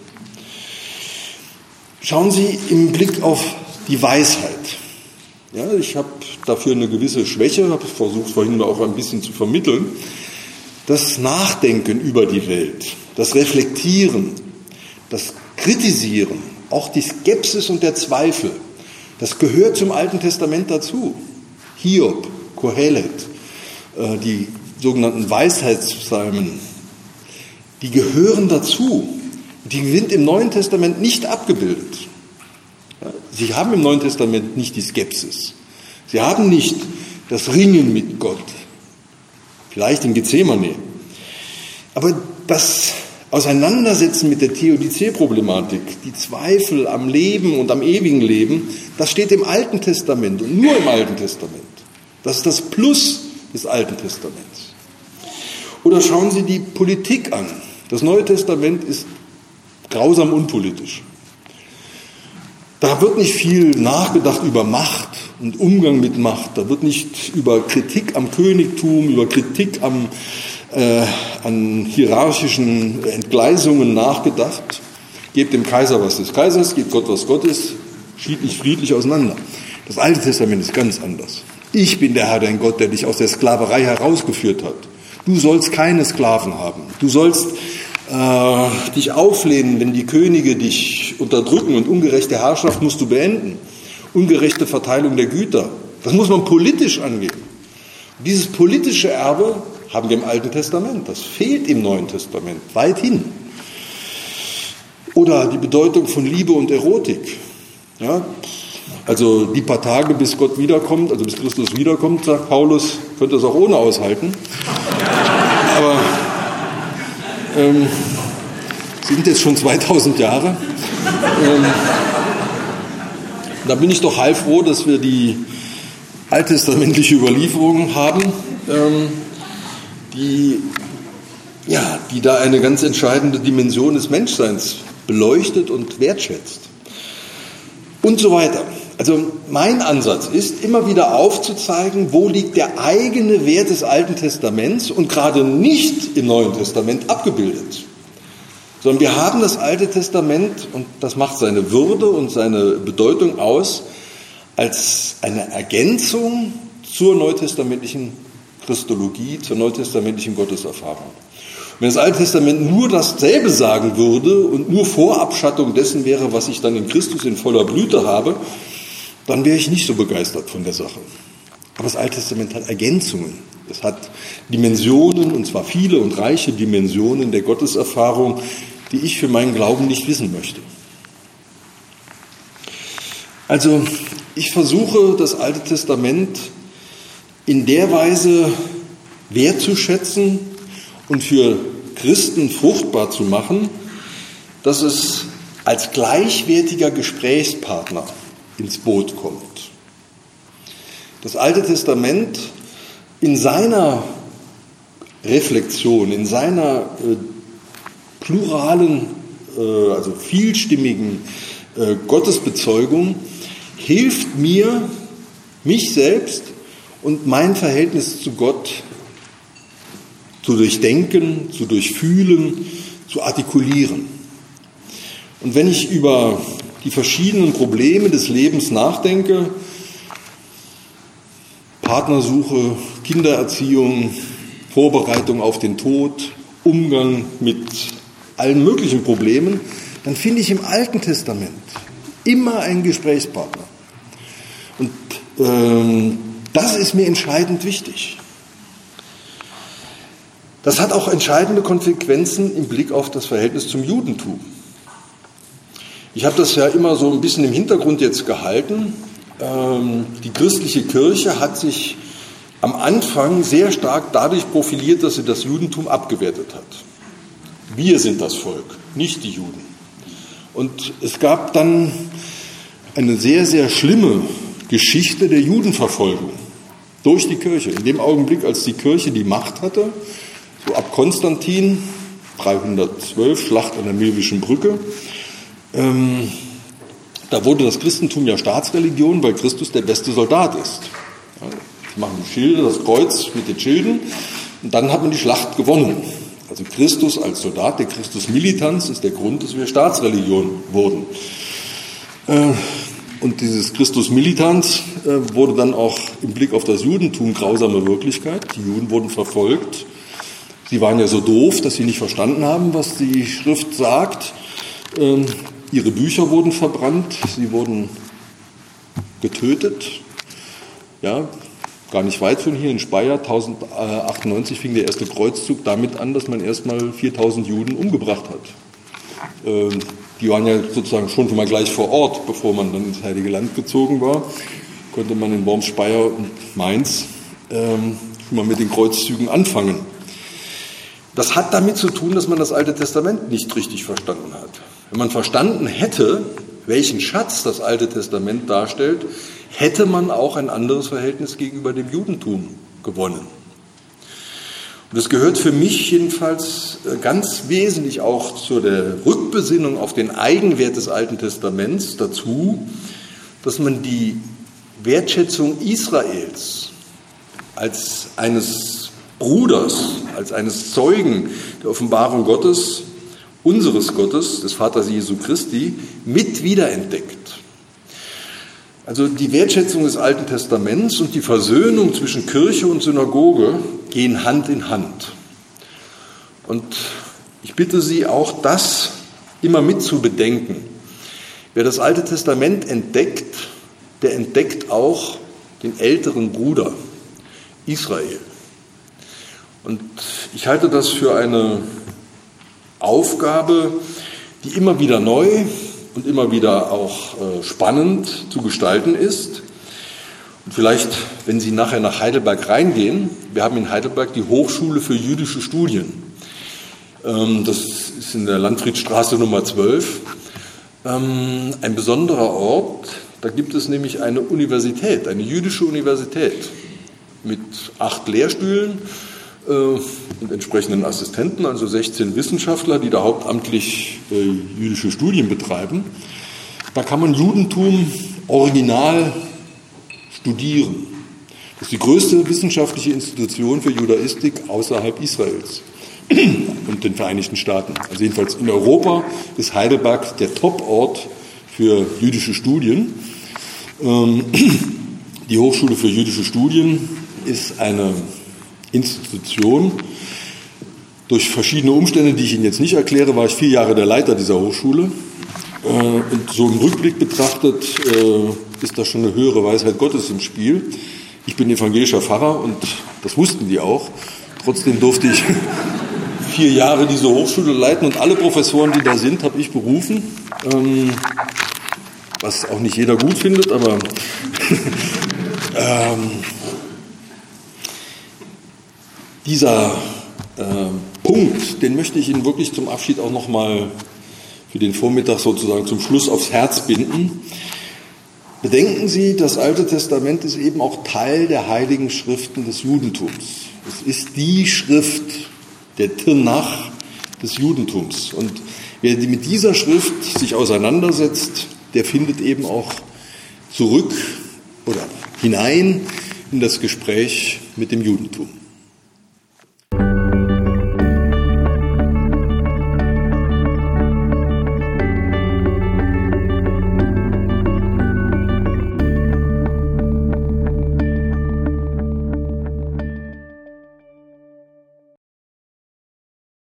Schauen Sie im Blick auf die Weisheit. Ja, ich habe dafür eine gewisse Schwäche, habe versucht vorhin auch ein bisschen zu vermitteln. Das Nachdenken über die Welt, das Reflektieren, das Kritisieren, auch die Skepsis und der Zweifel, das gehört zum Alten Testament dazu. Hiob, Kohelet, die sogenannten Weisheitspsalmen, die gehören dazu. Die sind im Neuen Testament nicht abgebildet. Sie haben im Neuen Testament nicht die Skepsis. Sie haben nicht das Ringen mit Gott. Vielleicht in Gethsemane. Aber das Auseinandersetzen mit der Theodizee-Problematik, die Zweifel am Leben und am ewigen Leben, das steht im Alten Testament und nur im Alten Testament. Das ist das Plus des Alten Testaments. Oder schauen Sie die Politik an. Das Neue Testament ist grausam unpolitisch. Da wird nicht viel nachgedacht über Macht und Umgang mit Macht. Da wird nicht über Kritik am Königtum, über Kritik an hierarchischen Entgleisungen nachgedacht. Gebt dem Kaiser, was des Kaisers, gebt Gott, was Gott ist, schied nicht friedlich auseinander. Das Alte Testament ist ganz anders. Ich bin der Herr, dein Gott, der dich aus der Sklaverei herausgeführt hat. Du sollst keine Sklaven haben. Du sollst dich auflehnen, wenn die Könige dich unterdrücken, und ungerechte Herrschaft musst du beenden. Ungerechte Verteilung der Güter. Das muss man politisch angehen. Und dieses politische Erbe haben wir im Alten Testament. Das fehlt im Neuen Testament weithin. Oder die Bedeutung von Liebe und Erotik. Ja, also die paar Tage, bis Gott wiederkommt, also bis Christus wiederkommt, sagt Paulus, könnt ihr es auch ohne aushalten. Aber sind jetzt schon 2000 Jahre. Da bin ich doch heilfroh, dass wir die alttestamentliche Überlieferung haben, die da eine ganz entscheidende Dimension des Menschseins beleuchtet und wertschätzt. Und so weiter. Also mein Ansatz ist, immer wieder aufzuzeigen, wo liegt der eigene Wert des Alten Testaments und gerade nicht im Neuen Testament abgebildet. Sondern wir haben das Alte Testament, und das macht seine Würde und seine Bedeutung aus, als eine Ergänzung zur neutestamentlichen Christologie, zur neutestamentlichen Gotteserfahrung. Wenn das Alte Testament nur dasselbe sagen würde und nur Vorabschattung dessen wäre, was ich dann in Christus in voller Blüte habe, dann wäre ich nicht so begeistert von der Sache. Aber das Alte Testament hat Ergänzungen. Es hat Dimensionen, und zwar viele und reiche Dimensionen der Gotteserfahrung, die ich für meinen Glauben nicht wissen möchte. Also ich versuche, das Alte Testament in der Weise wertzuschätzen und für Christen fruchtbar zu machen, dass es als gleichwertiger Gesprächspartner ins Boot kommt. Das Alte Testament in seiner Reflexion, in seiner pluralen, also vielstimmigen Gottesbezeugung hilft mir, mich selbst und mein Verhältnis zu Gott zu durchdenken, zu durchfühlen, zu artikulieren. Und wenn ich über die verschiedenen Probleme des Lebens nachdenke, Partnersuche, Kindererziehung, Vorbereitung auf den Tod, Umgang mit allen möglichen Problemen, dann finde ich im Alten Testament immer einen Gesprächspartner. Und das ist mir entscheidend wichtig. Das hat auch entscheidende Konsequenzen im Blick auf das Verhältnis zum Judentum. Ich habe das ja immer so ein bisschen im Hintergrund jetzt gehalten. Die christliche Kirche hat sich am Anfang sehr stark dadurch profiliert, dass sie das Judentum abgewertet hat. Wir sind das Volk, nicht die Juden. Und es gab dann eine sehr, sehr schlimme Geschichte der Judenverfolgung durch die Kirche. In dem Augenblick, als die Kirche die Macht hatte, so ab Konstantin, 312, Schlacht an der Milvischen Brücke, da wurde das Christentum ja Staatsreligion, weil Christus der beste Soldat ist. Ja, sie machen die Schilde, das Kreuz mit den Schilden und dann hat man die Schlacht gewonnen. Also Christus als Soldat, der Christus Militans ist der Grund, dass wir Staatsreligion wurden. Und dieses Christus Militans wurde dann auch im Blick auf das Judentum grausame Wirklichkeit. Die Juden wurden verfolgt. Sie waren ja so doof, dass sie nicht verstanden haben, was die Schrift sagt. Ihre Bücher wurden verbrannt, sie wurden getötet. Ja, gar nicht weit von hier in Speyer, 1098 fing der erste Kreuzzug damit an, dass man erstmal 4000 Juden umgebracht hat. Die waren ja sozusagen schon mal gleich vor Ort, bevor man dann ins Heilige Land gezogen war. Konnte man in Worms, Speyer und Mainz schon mal mit den Kreuzzügen anfangen. Das hat damit zu tun, dass man das Alte Testament nicht richtig verstanden hat. Wenn man verstanden hätte, welchen Schatz das Alte Testament darstellt, hätte man auch ein anderes Verhältnis gegenüber dem Judentum gewonnen. Und es gehört für mich jedenfalls ganz wesentlich auch zu der Rückbesinnung auf den Eigenwert des Alten Testaments dazu, dass man die Wertschätzung Israels als eines Bruders, als eines Zeugen der Offenbarung Gottes, unseres Gottes, des Vaters Jesu Christi, mit wiederentdeckt. Also die Wertschätzung des Alten Testaments und die Versöhnung zwischen Kirche und Synagoge gehen Hand in Hand. Und ich bitte Sie auch, das immer mit zu bedenken. Wer das Alte Testament entdeckt, der entdeckt auch den älteren Bruder, Israel. Und ich halte das für eine Aufgabe, die immer wieder neu und immer wieder auch spannend zu gestalten ist. Und vielleicht, wenn Sie nachher nach Heidelberg reingehen, wir haben in Heidelberg die Hochschule für jüdische Studien. Das ist in der Landfriedstraße Nummer 12. Ein besonderer Ort, da gibt es nämlich eine Universität, eine jüdische Universität mit 8 Lehrstühlen und entsprechenden Assistenten, also 16 Wissenschaftler, die da hauptamtlich jüdische Studien betreiben. Da kann man Judentum original studieren. Das ist die größte wissenschaftliche Institution für Judaistik außerhalb Israels und den Vereinigten Staaten. Also jedenfalls in Europa ist Heidelberg der Top-Ort für jüdische Studien. Die Hochschule für jüdische Studien ist eine Institution. Durch verschiedene Umstände, die ich Ihnen jetzt nicht erkläre, war ich 4 Jahre der Leiter dieser Hochschule. Und so im Rückblick betrachtet ist da schon eine höhere Weisheit Gottes im Spiel. Ich bin evangelischer Pfarrer und das wussten die auch. Trotzdem durfte ich 4 Jahre diese Hochschule leiten und alle Professoren, die da sind, habe ich berufen. Was auch nicht jeder gut findet, aber dieser Punkt, den möchte ich Ihnen wirklich zum Abschied auch nochmal für den Vormittag sozusagen zum Schluss aufs Herz binden. Bedenken Sie, das Alte Testament ist eben auch Teil der heiligen Schriften des Judentums. Es ist die Schrift, der Tanach des Judentums. Und wer mit dieser Schrift sich auseinandersetzt, der findet eben auch zurück oder hinein in das Gespräch mit dem Judentum.